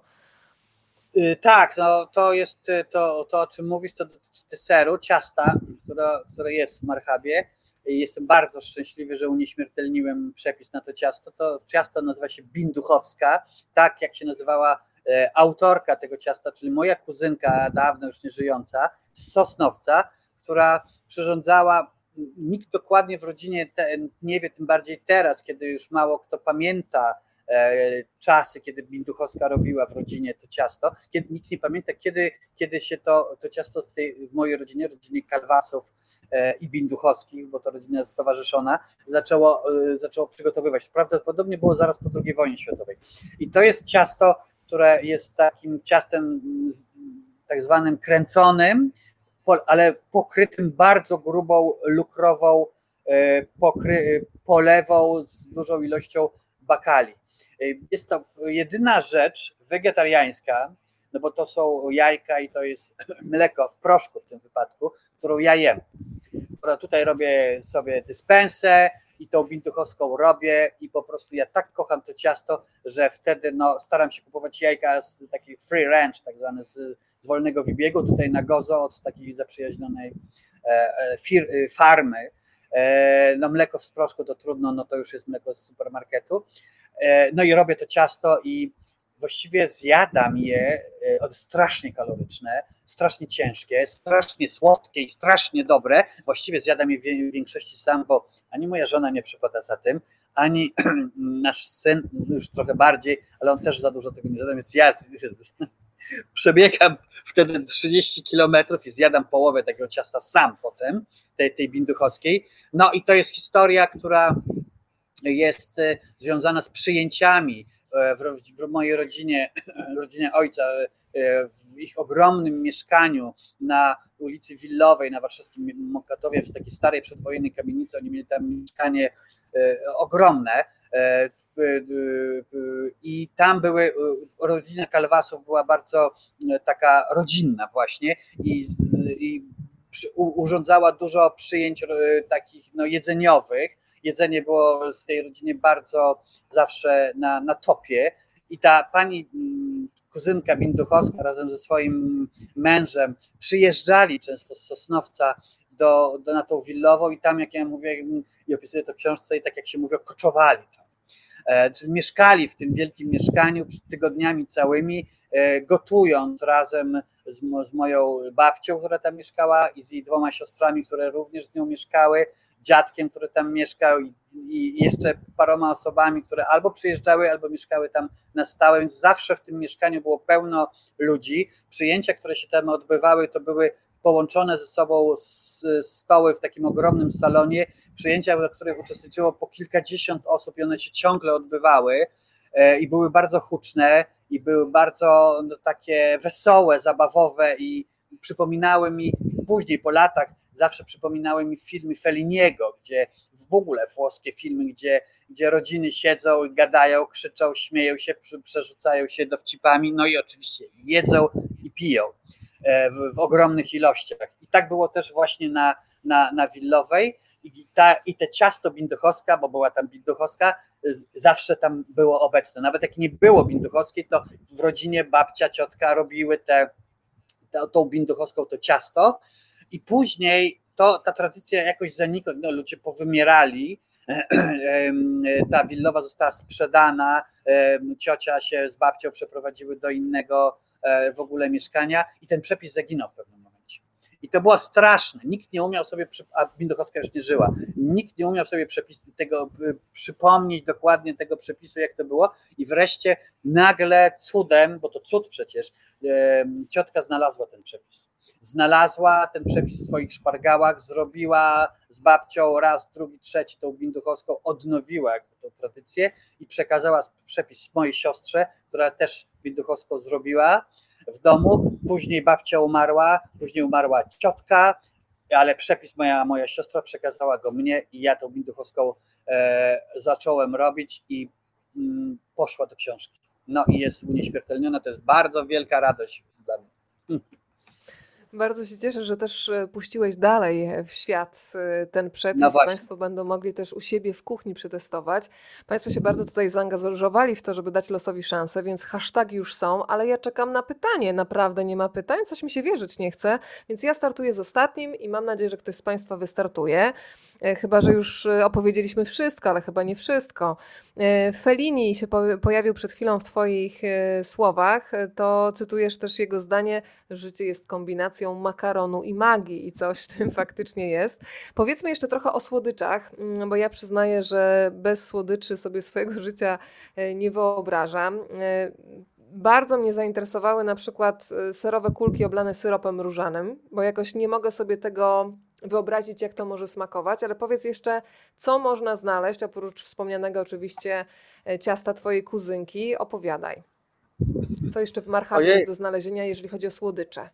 Tak, no to jest to, to o czym mówisz, to dotyczy deseru, ciasta, które, które jest w marhabie. Jestem bardzo szczęśliwy, że unieśmiertelniłem przepis na to ciasto. To ciasto nazywa się binduchowska, tak jak się nazywała autorka tego ciasta, czyli moja kuzynka, dawno już nie żyjąca, z Sosnowca, która przyrządzała, nikt dokładnie w rodzinie nie wie, tym bardziej teraz, kiedy już mało kto pamięta czasy, kiedy Binduchowska robiła w rodzinie to ciasto, kiedy nikt nie pamięta, kiedy, kiedy się to, to ciasto w, tej, w mojej rodzinie, rodzinie Kalwasów i Binduchowskich, bo to rodzina stowarzyszona, zaczęło, zaczęło przygotowywać. Prawdopodobnie było zaraz po drugiej wojnie światowej. I to jest ciasto, które jest takim ciastem tak zwanym kręconym, ale pokrytym bardzo grubą, lukrową pokry, polewą z dużą ilością bakali. Jest to jedyna rzecz wegetariańska, no bo to są jajka i to jest mleko w proszku w tym wypadku, którą ja jem. Która tutaj robię sobie dyspensę i tą binduchowską robię i po prostu ja tak kocham to ciasto, że wtedy no, staram się kupować jajka z takiej free range, tak zwane z, z wolnego wybiegu, tutaj na Gozo od takiej zaprzyjaźnionej e, fir, farmy. E, no mleko w proszku to trudno, no to już jest mleko z supermarketu. No i robię to ciasto i właściwie zjadam je, one strasznie kaloryczne, strasznie ciężkie, strasznie słodkie i strasznie dobre. Właściwie zjadam je w większości sam, bo ani moja żona nie przypada za tym, ani nasz syn już trochę bardziej, ale on też za dużo tego nie zjada, więc ja przebiegam wtedy trzydzieści kilometrów i zjadam połowę tego ciasta sam potem, tej, tej binduchowskiej. No i to jest historia, która jest związana z przyjęciami w, w mojej rodzinie, rodzinie ojca, w ich ogromnym mieszkaniu na ulicy Willowej na warszawskim Mokatowie, w takiej starej przedwojennej kamienicy. Oni mieli tam mieszkanie ogromne i tam były, rodzina Kalwasów była bardzo taka rodzinna właśnie i, i urządzała dużo przyjęć takich no, jedzeniowych. Jedzenie było w tej rodzinie bardzo zawsze na, na topie i ta pani kuzynka Binduchowska razem ze swoim mężem przyjeżdżali często z Sosnowca do, do, na tą Willową i tam, jak ja mówię i opisuję to w książce, i tak jak się mówi, koczowali tam. E, czyli mieszkali w tym wielkim mieszkaniu tygodniami całymi, e, gotując razem z, z moją babcią, która tam mieszkała i z jej dwoma siostrami, które również z nią mieszkały, dziadkiem, który tam mieszkał i, i jeszcze paroma osobami, które albo przyjeżdżały, albo mieszkały tam na stałe, więc zawsze w tym mieszkaniu było pełno ludzi. Przyjęcia, które się tam odbywały, to były połączone ze sobą stoły w takim ogromnym salonie, przyjęcia, w których uczestniczyło po kilkadziesiąt osób i one się ciągle odbywały i były bardzo huczne i były bardzo no, takie wesołe, zabawowe i przypominały mi później po latach, zawsze przypominały mi filmy Felliniego, gdzie w ogóle włoskie filmy, gdzie, gdzie rodziny siedzą, gadają, krzyczą, śmieją się, przerzucają się dowcipami, no i oczywiście jedzą i piją w, w ogromnych ilościach. I tak było też właśnie na, na, na Willowej i, ta, i te ciasto binduchowska, bo była tam binduchowska, zawsze tam było obecne. Nawet jak nie było binduchowskiej, to w rodzinie babcia, ciotka robiły te, te, tą binduchowską to ciasto. I później to, ta tradycja jakoś zanikła, no, ludzie powymierali, ta Willowa została sprzedana, ciocia się z babcią przeprowadziły do innego w ogóle mieszkania i ten przepis zaginął w pewnym momencie. I to było straszne. Nikt nie umiał sobie, a Binduchowska już nie żyła, nikt nie umiał sobie przepis, tego, przypomnieć dokładnie tego przepisu, jak to było. I wreszcie nagle cudem, bo to cud przecież, ciotka znalazła ten przepis. Znalazła ten przepis w swoich szpargałach, zrobiła z babcią raz, drugi, trzeci tą Binduchowską, odnowiła jakby tą tradycję i przekazała przepis mojej siostrze, która też Binduchowską zrobiła w domu. Później babcia umarła, później umarła ciotka, ale przepis moja, moja siostra przekazała go mnie i ja tą Binduchowską e, zacząłem robić i mm, poszła do książki. No i jest unieśmiertelniona, to jest bardzo wielka radość dla mnie. Hm. Bardzo się cieszę, że też puściłeś dalej w świat ten przepis No i Państwo będą mogli też u siebie w kuchni przetestować. Państwo się bardzo tutaj zaangażowali w to, żeby dać losowi szansę, więc hasztagi już są, ale ja czekam na pytanie. Naprawdę nie ma pytań, coś mi się wierzyć nie chce, więc ja startuję z ostatnim i mam nadzieję, że ktoś z Państwa wystartuje. Chyba że już opowiedzieliśmy wszystko, ale chyba nie wszystko. Fellini się pojawił przed chwilą w Twoich słowach, to cytujesz też jego zdanie: życie jest kombinacją makaronu i magii i coś w tym faktycznie jest. Powiedzmy jeszcze trochę o słodyczach, bo ja przyznaję, że bez słodyczy sobie swojego życia nie wyobrażam. Bardzo mnie zainteresowały na przykład serowe kulki oblane syropem różanym, bo jakoś nie mogę sobie tego wyobrazić, jak to może smakować, ale powiedz jeszcze, co można znaleźć, oprócz wspomnianego oczywiście ciasta twojej kuzynki. Opowiadaj. Co jeszcze w marchawie Ojej. jest do znalezienia, jeżeli chodzi o słodycze?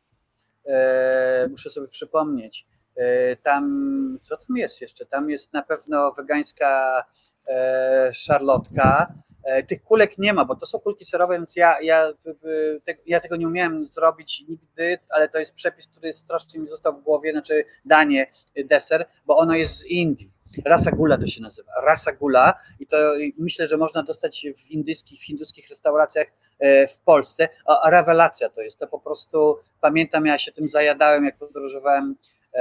E, muszę sobie przypomnieć. E, tam, co tam jest jeszcze? Tam jest na pewno wegańska e, szarlotka. E, tych kulek nie ma, bo to są kulki serowe, więc ja, ja, te, ja tego nie umiałem zrobić nigdy, ale to jest przepis, który strasznie mi został w głowie, znaczy danie, deser, bo ono jest z Indii. Rasagula to się nazywa. Rasagula i to myślę, że można dostać w indyjskich, w hinduskich restauracjach w Polsce. A rewelacja to jest. To po prostu pamiętam, ja się tym zajadałem, jak podróżowałem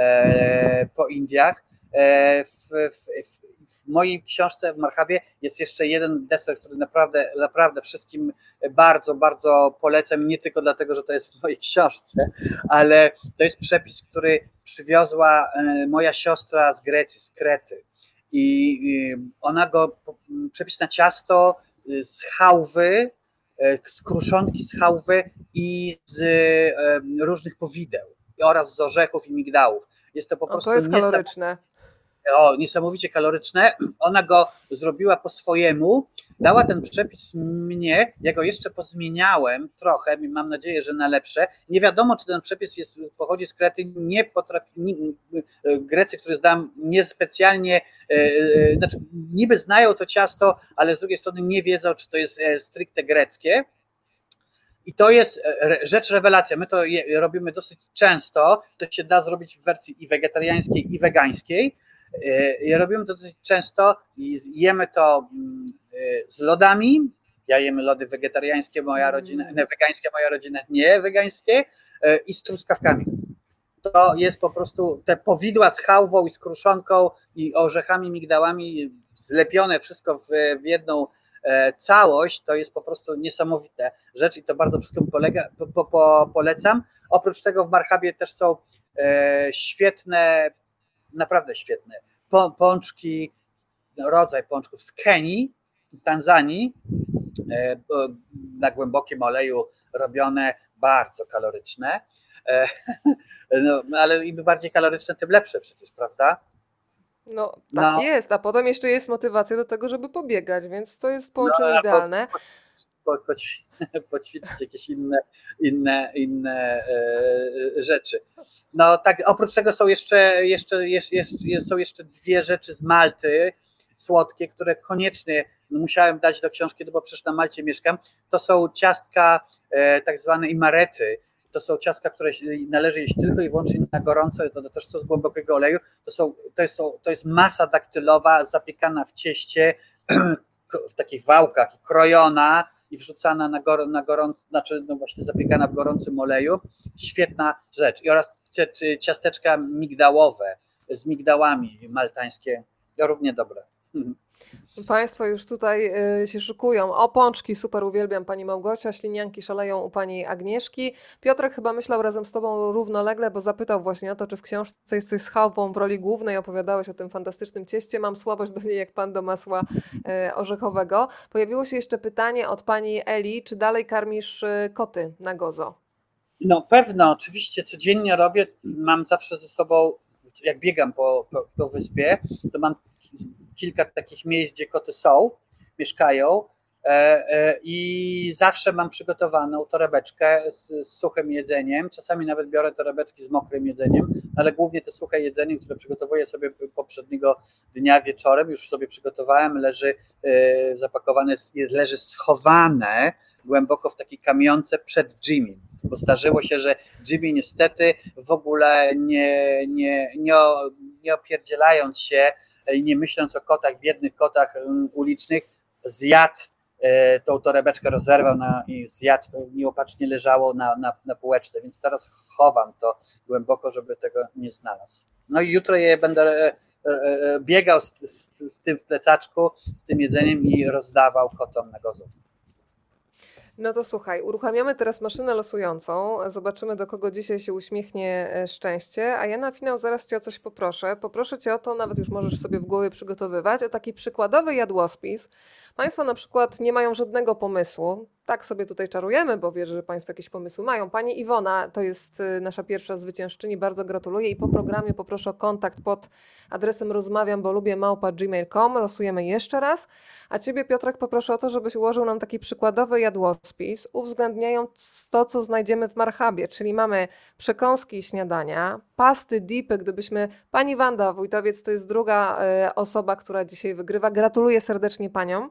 po Indiach. W, w, w mojej książce w marchawie jest jeszcze jeden deser, który naprawdę, naprawdę wszystkim bardzo, bardzo polecam. Nie tylko dlatego, że to jest w mojej książce, ale to jest przepis, który przywiozła moja siostra z Grecji, z Krety. I ona go, przepis na ciasto z chałwy, z kruszonki z chałwy i z różnych powideł oraz z orzechów i migdałów. Jest to po prostu o, to jest kaloryczne. O, niesamowicie kaloryczne. Ona go zrobiła po swojemu, dała ten przepis mnie, ja go jeszcze pozmieniałem trochę, mam nadzieję, że na lepsze. Nie wiadomo, czy ten przepis jest, pochodzi z Krety, nie potrafi, nie, Grecy, którzy znam, niespecjalnie, e, znaczy niby znają to ciasto, ale z drugiej strony nie wiedzą, czy to jest stricte greckie. I to jest rzecz rewelacja. My to je, robimy dosyć często, to się da zrobić w wersji i wegetariańskiej, i wegańskiej. I robimy to dosyć często i jemy to z lodami. Ja jemy lody wegetariańskie, moja rodzina, nie wegańskie, moja rodzina nie wegańskie, i z truskawkami. To jest po prostu te powidła z chałwą i z kruszonką i orzechami, migdałami, zlepione wszystko w, w jedną całość, to jest po prostu niesamowite rzecz i to bardzo wszystkim polega, po, po, polecam. Oprócz tego w marchabie też są e, świetne, naprawdę świetne pączki, rodzaj pączków z Kenii, Tanzanii, e, na głębokim oleju robione, bardzo kaloryczne, e, no, ale im bardziej kaloryczne, tym lepsze przecież, prawda? No tak no. jest, a potem jeszcze jest motywacja do tego, żeby pobiegać, więc to jest połączenie no, idealne. Po, po, po, poćwiczyć jakieś inne, inne, inne e, rzeczy. No tak, oprócz tego są jeszcze, jeszcze, jeszcze, jeszcze, są jeszcze dwie rzeczy z Malty, słodkie, które koniecznie musiałem dać do książki, bo przecież na Malcie mieszkam. To są ciastka e, tak zwane imarety. To są ciastka, które należy jeść tylko i wyłącznie na gorąco, to też są z głębokiego oleju. To, są, to, jest, to jest masa daktylowa zapiekana w cieście, w takich wałkach, krojona i wrzucana na, gor, na gorąco, znaczy no właśnie zapiekana w gorącym oleju. Świetna rzecz. I oraz ciasteczka migdałowe z migdałami maltańskie, równie dobre. Państwo już tutaj y, się szykują. O, pączki, super, uwielbiam pani Małgosia, ślinianki szaleją u pani Agnieszki. Piotrek chyba myślał razem z tobą równolegle, bo zapytał właśnie o to, czy w książce jest coś z chałupą w roli głównej. Opowiadałeś o tym fantastycznym cieście. Mam słabość do niej jak pan do masła y, orzechowego. Pojawiło się jeszcze pytanie od pani Eli, czy dalej karmisz y, koty na gozo? No pewno, oczywiście codziennie robię, mam zawsze ze sobą, jak biegam po, po, po wyspie, to mam kilka takich miejsc, gdzie koty są, mieszkają e, e, i zawsze mam przygotowaną torebeczkę z, z suchym jedzeniem, czasami nawet biorę torebeczki z mokrym jedzeniem, ale głównie te suche jedzenie, które przygotowuję sobie poprzedniego dnia wieczorem, już sobie przygotowałem, leży e, zapakowane, jest, leży schowane głęboko w takiej kamionce przed Jimmy, bo zdarzyło się, że Jimmy niestety w ogóle nie, nie, nie, nie opierdzielając się i nie myśląc o kotach, biednych kotach ulicznych, zjadł tą torebeczkę, rozerwał na, i zjadł, to nieopatrznie leżało na, na, na półeczce, więc teraz chowam to głęboko, żeby tego nie znalazł. No i jutro je będę biegał z, z, z tym w plecaczku, z tym jedzeniem i rozdawał kotom na gozo. No to słuchaj, uruchamiamy teraz maszynę losującą, zobaczymy do kogo dzisiaj się uśmiechnie szczęście, a ja na finał zaraz cię o coś poproszę. Poproszę cię o to, nawet już możesz sobie w głowie przygotowywać, o taki przykładowy jadłospis. Państwo na przykład nie mają żadnego pomysłu, tak sobie tutaj czarujemy, bo wierzę, że Państwo jakieś pomysły mają. Pani Iwona to jest nasza pierwsza zwyciężczyni, bardzo gratuluję i po programie poproszę o kontakt pod adresem rozmawiam, bo lubię małpa gmail kropka com. Losujemy jeszcze raz, a Ciebie Piotrek poproszę o to, żebyś ułożył nam taki przykładowy jadłospis, uwzględniając to, co znajdziemy w marchabie, czyli mamy przekąski i śniadania, pasty, dipy, gdybyśmy... Pani Wanda Wójtowiec to jest druga y, osoba, która dzisiaj wygrywa. Gratuluję serdecznie Paniom.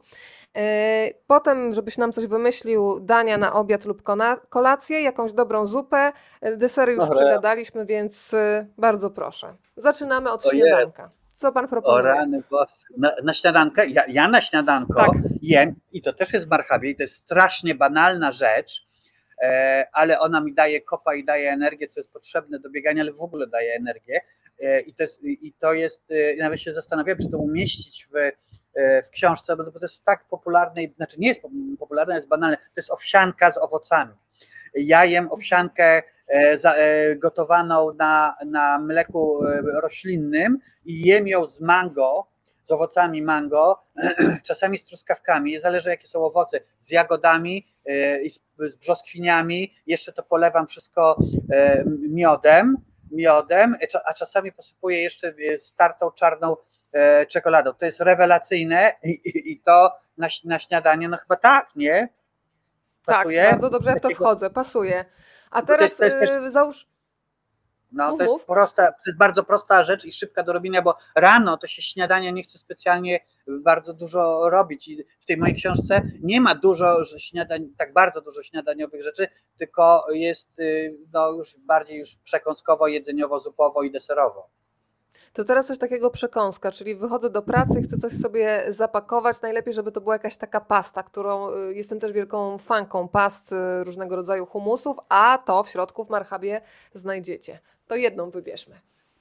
Potem, żebyś nam coś wymyślił, dania na obiad lub kolację, jakąś dobrą zupę. Desery już Dobra. przegadaliśmy, więc bardzo proszę. Zaczynamy od O śniadanka. Co pan proponuje? O rany boskie. Na, na śniadankę? Ja, ja na śniadanko tak. jem, i to też jest w marchabie, i to jest strasznie banalna rzecz, e, ale ona mi daje kopa i daje energię, co jest potrzebne do biegania, ale w ogóle daje energię. E, i, to jest, I to jest, e, nawet się zastanawiałem, czy to umieścić w, e, w książce, bo to jest tak popularne, znaczy nie jest popularne, jest banalne, to jest owsianka z owocami. Ja jem owsiankę gotowaną na, na mleku roślinnym i jem ją z mango, z owocami mango, czasami z truskawkami, zależy jakie są owoce, z jagodami i z, z brzoskwiniami, jeszcze to polewam wszystko miodem, miodem, a czasami posypuję jeszcze startą czarną czekoladą. To jest rewelacyjne i, i, i to na, na śniadanie, no chyba tak, nie? Pasuje? Tak, bardzo dobrze, ja w to wchodzę, pasuje. A teraz to jest, to jest też... załóż... No mów, to jest prosta, to jest bardzo prosta rzecz i szybka do robienia, bo rano to się śniadania nie chce specjalnie bardzo dużo robić i w tej mojej książce nie ma dużo śniadań, tak bardzo dużo śniadaniowych rzeczy, tylko jest no, już bardziej już przekąskowo, jedzeniowo, zupowo i deserowo. To teraz coś takiego przekąska, czyli wychodzę do pracy i chcę coś sobie zapakować. Najlepiej, żeby to była jakaś taka pasta, którą jestem też wielką fanką past różnego rodzaju humusów, a to w środku w marchabie znajdziecie. To jedną wybierzmy.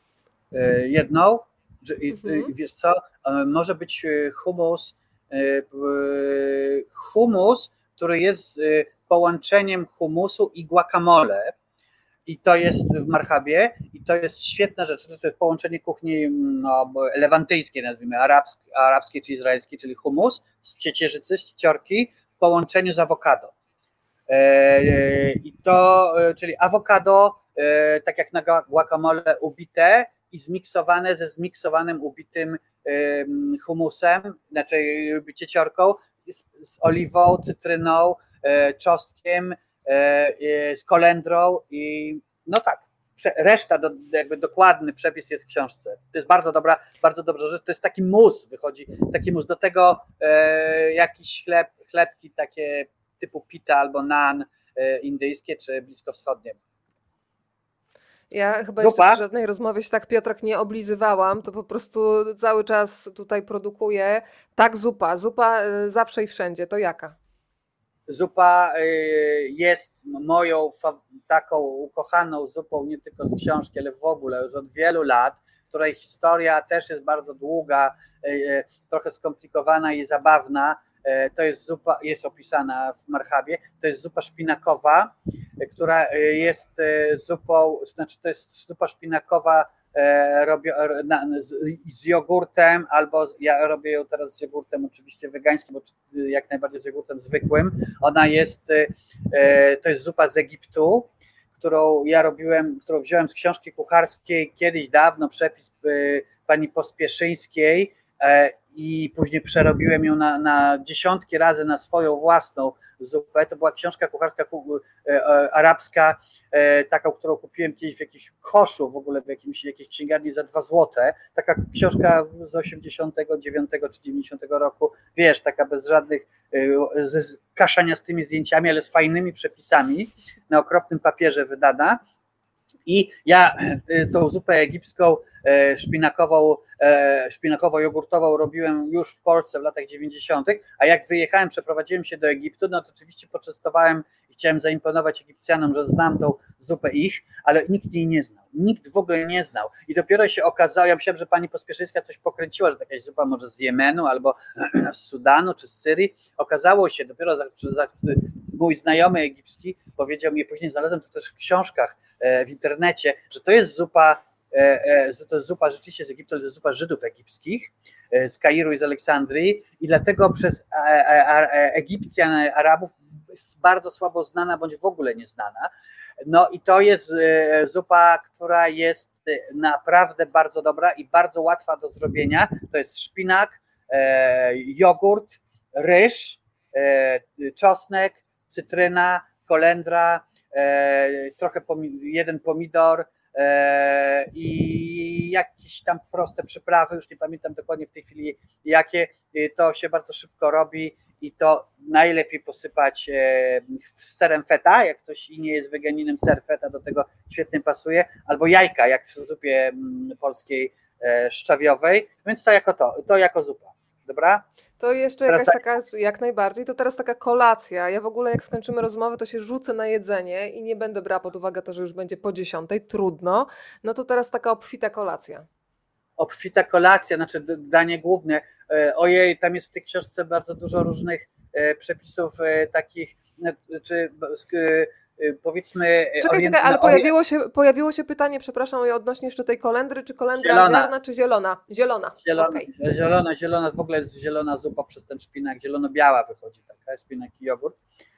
Jedną? Mhm. Wiesz co? Może być humus, humus, który jest połączeniem humusu i guacamole. I to jest w marchabie i to jest świetna rzecz. To jest połączenie kuchni no, lewantyjskiej, nazwijmy, arabskiej, arabskiej czy izraelskiej, czyli humus z ciecierzycy, z cieciorki w połączeniu z awokado. I to, czyli awokado, tak jak na guacamole, ubite i zmiksowane ze zmiksowanym, ubitym humusem, znaczy cieciorką, z, z oliwą, cytryną, czosnkiem, z kolendrą i no tak, reszta, do, jakby dokładny przepis jest w książce. To jest bardzo dobra, bardzo dobra rzecz, to jest taki mus, wychodzi taki mus, do tego e, jakiś chleb, chlebki takie typu pita albo naan e, indyjskie czy bliskowschodnie. Ja chyba Zupa. Jeszcze w żadnej rozmowie się tak, Piotrek, nie oblizywałam, to po prostu cały czas tutaj produkuję. Tak, zupa, zupa zawsze i wszędzie, to jaka? Zupa jest moją taką ukochaną zupą nie tylko z książki, ale w ogóle już od wielu lat. której historia też jest bardzo długa, trochę skomplikowana i zabawna. To jest zupa, jest opisana w marchabie, to jest zupa szpinakowa, która jest zupą, znaczy to jest zupa szpinakowa robię z, z jogurtem, albo ja robię ją teraz z jogurtem oczywiście wegańskim, bo jak najbardziej z jogurtem zwykłym. Ona jest, to jest zupa z Egiptu, którą ja robiłem, którą wziąłem z książki kucharskiej kiedyś dawno, przepis pani Pospieszyńskiej, i później przerobiłem ją na, na dziesiątki razy na swoją własną zupę. To była książka kucharska arabska, taką, którą kupiłem kiedyś w jakimś koszu, w ogóle w jakimś, jakiejś księgarni za dwa złote. Taka książka z osiemdziesiątego dziewiątego czy dziewięćdziesiątego roku, wiesz, taka bez żadnych z kaszania z tymi zdjęciami, ale z fajnymi przepisami, na okropnym papierze wydana. I ja tą zupę egipską szpinakową, szpinakowo-jogurtową robiłem już w Polsce w latach dziewięćdziesiątych, a jak wyjechałem, przeprowadziłem się do Egiptu, no to oczywiście poczęstowałem i chciałem zaimponować Egipcjanom, że znam tą zupę ich, ale nikt jej nie znał, nikt w ogóle nie znał. I dopiero się okazało, ja myślałem, że pani Pospieszyńska coś pokręciła, że jakaś zupa może z Jemenu albo z Sudanu czy z Syrii. Okazało się, dopiero za, za, mój znajomy egipski powiedział mi, później znalazłem to też w książkach, w internecie, że to jest zupa, to jest zupa rzeczywiście z Egiptu, to jest zupa Żydów egipskich, z Kairu i z Aleksandrii, i dlatego przez Egipcjan, Arabów jest bardzo słabo znana, bądź w ogóle nieznana. No i to jest zupa, która jest naprawdę bardzo dobra i bardzo łatwa do zrobienia. To jest szpinak, jogurt, ryż, czosnek, cytryna, kolendra, trochę jeden pomidor i jakieś tam proste przyprawy, już nie pamiętam dokładnie w tej chwili jakie. To się bardzo szybko robi i to najlepiej posypać serem feta, jak ktoś nie jest weganinem, ser feta do tego świetnie pasuje, albo jajka, jak w zupie polskiej szczawiowej, więc to jako to, to jako zupa, dobra? To jeszcze Teraz jakaś tak. taka, jak najbardziej, to teraz taka kolacja. Ja w ogóle jak skończymy rozmowę, to się rzucę na jedzenie i nie będę brała pod uwagę to, że już będzie po dziesiątej, trudno. No to teraz taka obfita kolacja. Obfita kolacja, znaczy danie główne. Ojej, tam jest w tej książce bardzo dużo różnych przepisów takich, czy powiedzmy... Czekaj, orient... czekaj, ale pojawiło się, pojawiło się pytanie, przepraszam, odnośnie jeszcze tej kolendry, czy kolendra Zielona. ziarna, czy zielona? Zielona. Zielona, okay. zielona, zielona, w ogóle jest zielona zupa przez ten szpinak, zielono-biała wychodzi taka, szpinak i jogurt.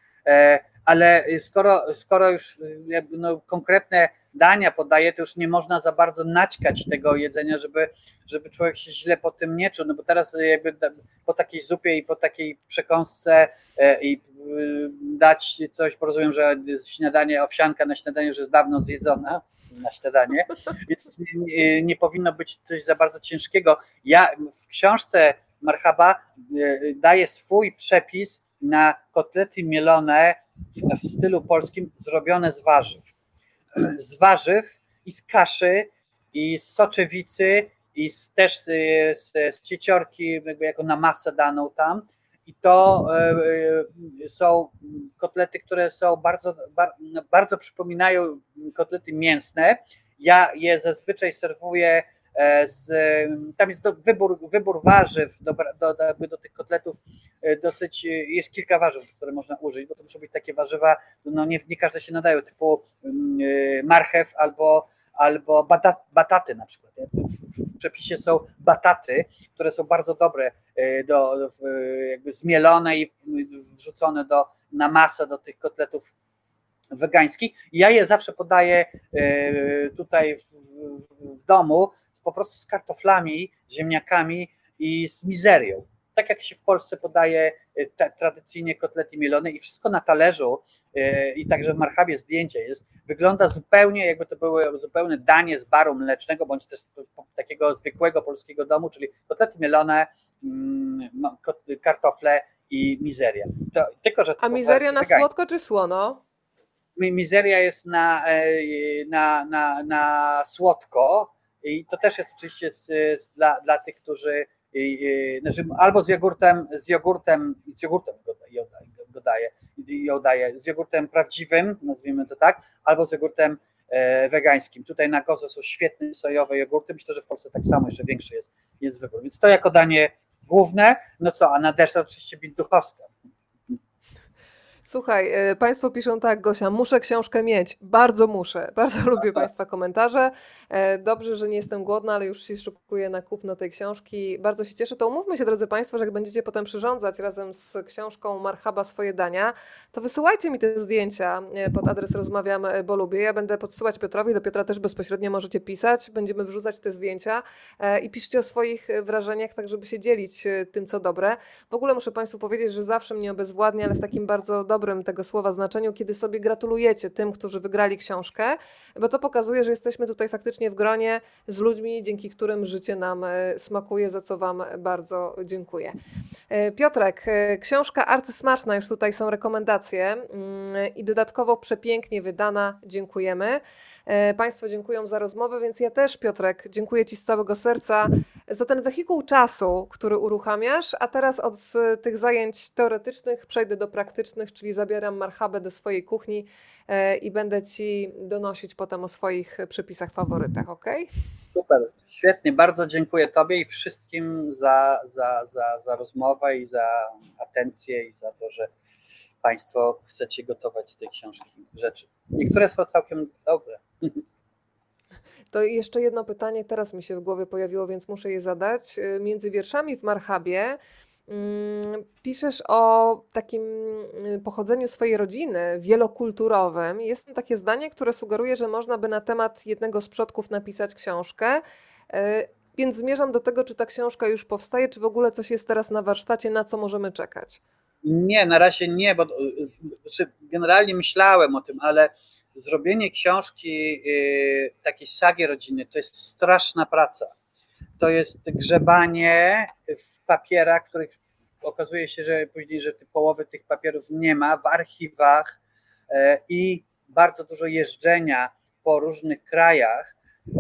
Ale skoro, skoro już no, konkretne dania podaję, to już nie można za bardzo naćkać tego jedzenia, żeby, żeby człowiek się źle po tym nie czuł, no bo teraz jakby po takiej zupie i po takiej przekąsce i dać coś, porozumiem, że śniadanie, owsianka na śniadanie już jest dawno zjedzona na śniadanie, więc nie, nie powinno być coś za bardzo ciężkiego. Ja w książce Marhaba daję swój przepis na kotlety mielone w, w stylu polskim, zrobione z warzyw. Z warzyw i z kaszy, i z soczewicy, i z, też z, z, z cieciorki, jakby jako na masę daną tam. I to y, są kotlety, które są bardzo, bar, bardzo przypominają kotlety mięsne. Ja je zazwyczaj serwuję z, tam jest do, wybór, wybór warzyw do, do, do, do tych kotletów dosyć, jest kilka warzyw, które można użyć, bo to muszą być takie warzywa, no nie, nie każde się nadają, typu marchew albo, albo batat, bataty na przykład. W przepisie są bataty, które są bardzo dobre, do, jakby zmielone i wrzucone do, na masę do tych kotletów wegańskich. I ja je zawsze podaję tutaj w, w domu po prostu z kartoflami, z ziemniakami i z mizerią. Tak jak się w Polsce podaje te, tradycyjnie kotlety mielone i wszystko na talerzu yy, i także w marchabie zdjęcie jest, wygląda zupełnie jakby to było zupełne danie z baru mlecznego, bądź też takiego zwykłego polskiego domu, czyli kotlety mielone, yy, kartofle i mizeria. To, tylko, że A mizeria na wegańskie. Słodko czy słono? Mizeria jest na, na, na, na słodko. I to też jest oczywiście z, z, dla, dla tych, którzy znaczy albo z jogurtem, z jogurtem, z jogurtem go, go daje, ją daje, z jogurtem prawdziwym, nazwijmy to tak, albo z jogurtem wegańskim. Tutaj na Gozo są świetne sojowe jogurty, myślę, że w Polsce tak samo jeszcze większy jest, jest wybór. Więc to jako danie główne, no co, a na deser oczywiście binduchowska. Słuchaj, Państwo piszą tak, Gosia, muszę książkę mieć, bardzo muszę, bardzo lubię Państwa komentarze, dobrze, że nie jestem głodna, ale już się szykuję na kupno tej książki, bardzo się cieszę, to umówmy się, drodzy Państwo, że jak będziecie potem przyrządzać razem z książką Marhaba swoje dania, to wysyłajcie mi te zdjęcia pod adres rozmawiam, bo lubię, ja będę podsyłać Piotrowi, do Piotra też bezpośrednio możecie pisać, będziemy wrzucać te zdjęcia i piszcie o swoich wrażeniach, tak żeby się dzielić tym, co dobre. W ogóle muszę Państwu powiedzieć, że zawsze mnie obezwładnia, ale w takim bardzo dobrym tego słowa znaczeniu, kiedy sobie gratulujecie tym, którzy wygrali książkę, bo to pokazuje, że jesteśmy tutaj faktycznie w gronie z ludźmi, dzięki którym życie nam smakuje, za co Wam bardzo dziękuję. Piotrek, książka arcysmaczna, już tutaj są rekomendacje i dodatkowo przepięknie wydana, dziękujemy. Państwo dziękują za rozmowę, więc ja też, Piotrek, dziękuję Ci z całego serca za ten wehikuł czasu, który uruchamiasz, a teraz od tych zajęć teoretycznych przejdę do praktycznych, czyli zabieram marhabę do swojej kuchni i będę Ci donosić potem o swoich przepisach, faworytach, ok? Super, świetnie, bardzo dziękuję Tobie i wszystkim za, za, za, za rozmowę i za atencję i za to, że Państwo chcecie gotować z tej książki rzeczy. Niektóre są całkiem dobre. To jeszcze jedno pytanie teraz mi się w głowie pojawiło, więc muszę je zadać. Między wierszami w Marhabie mm, piszesz o takim pochodzeniu swojej rodziny wielokulturowym. Jest tam takie zdanie, które sugeruje, że można by na temat jednego z przodków napisać książkę. Więc zmierzam do tego, czy ta książka już powstaje, czy w ogóle coś jest teraz na warsztacie, na co możemy czekać? Nie, na razie nie, bo znaczy generalnie myślałem o tym, ale zrobienie książki, takiej sagi rodzinnej, to jest straszna praca. To jest grzebanie w papierach, których okazuje się, że później, że połowy tych papierów nie ma, w archiwach i bardzo dużo jeżdżenia po różnych krajach,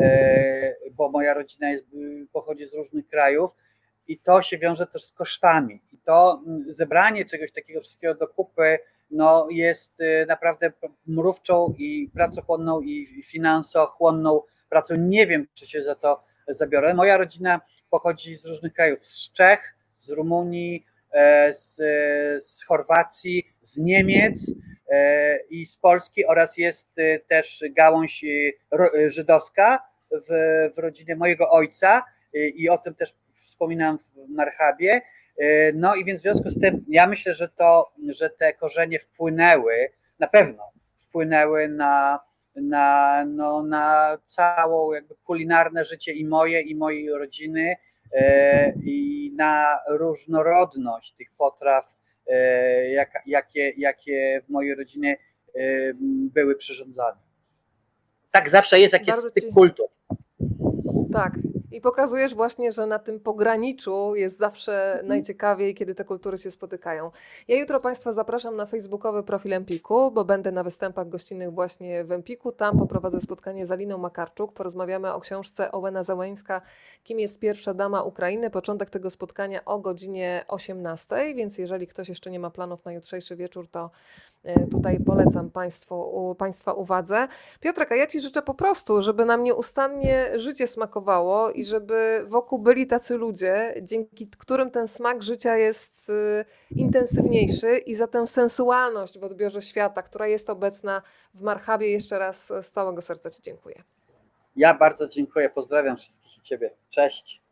bo moja rodzina jest, pochodzi z różnych krajów i to się wiąże też z kosztami. I to zebranie czegoś takiego wszystkiego do kupy no, jest naprawdę mrówczą i pracochłonną i finansochłonną pracą. Nie wiem, czy się za to zabiorę. Moja rodzina pochodzi z różnych krajów, z Czech, z Rumunii, z, z Chorwacji, z Niemiec i z Polski oraz jest też gałąź żydowska w, w rodzinie mojego ojca i o tym też wspominam w Marhabie. No i więc w związku z tym ja myślę, że to, że te korzenie wpłynęły, na pewno wpłynęły na, na, no, na całą jakby kulinarne życie i moje, i mojej rodziny e, i na różnorodność tych potraw, e, jak, jakie, jakie w mojej rodzinie e, były przyrządzane. Tak zawsze jest, jak jest z tych kultur. Tak. I pokazujesz właśnie, że na tym pograniczu jest zawsze najciekawiej, kiedy te kultury się spotykają. Ja jutro Państwa zapraszam na facebookowy profil Empiku, bo będę na występach gościnnych właśnie w Empiku. Tam poprowadzę spotkanie z Aliną Makarczuk. Porozmawiamy o książce Owena Załęska, Kim jest pierwsza dama Ukrainy. Początek tego spotkania o godzinie osiemnastej, więc jeżeli ktoś jeszcze nie ma planów na jutrzejszy wieczór, to tutaj polecam Państwu, Państwa uwadze. Piotrek, a ja Ci życzę po prostu, żeby nam nieustannie życie smakowało i żeby wokół byli tacy ludzie, dzięki którym ten smak życia jest intensywniejszy i za tę sensualność w odbiorze świata, która jest obecna w Marhabie, jeszcze raz z całego serca Ci dziękuję. Ja bardzo dziękuję, pozdrawiam wszystkich i Ciebie. Cześć.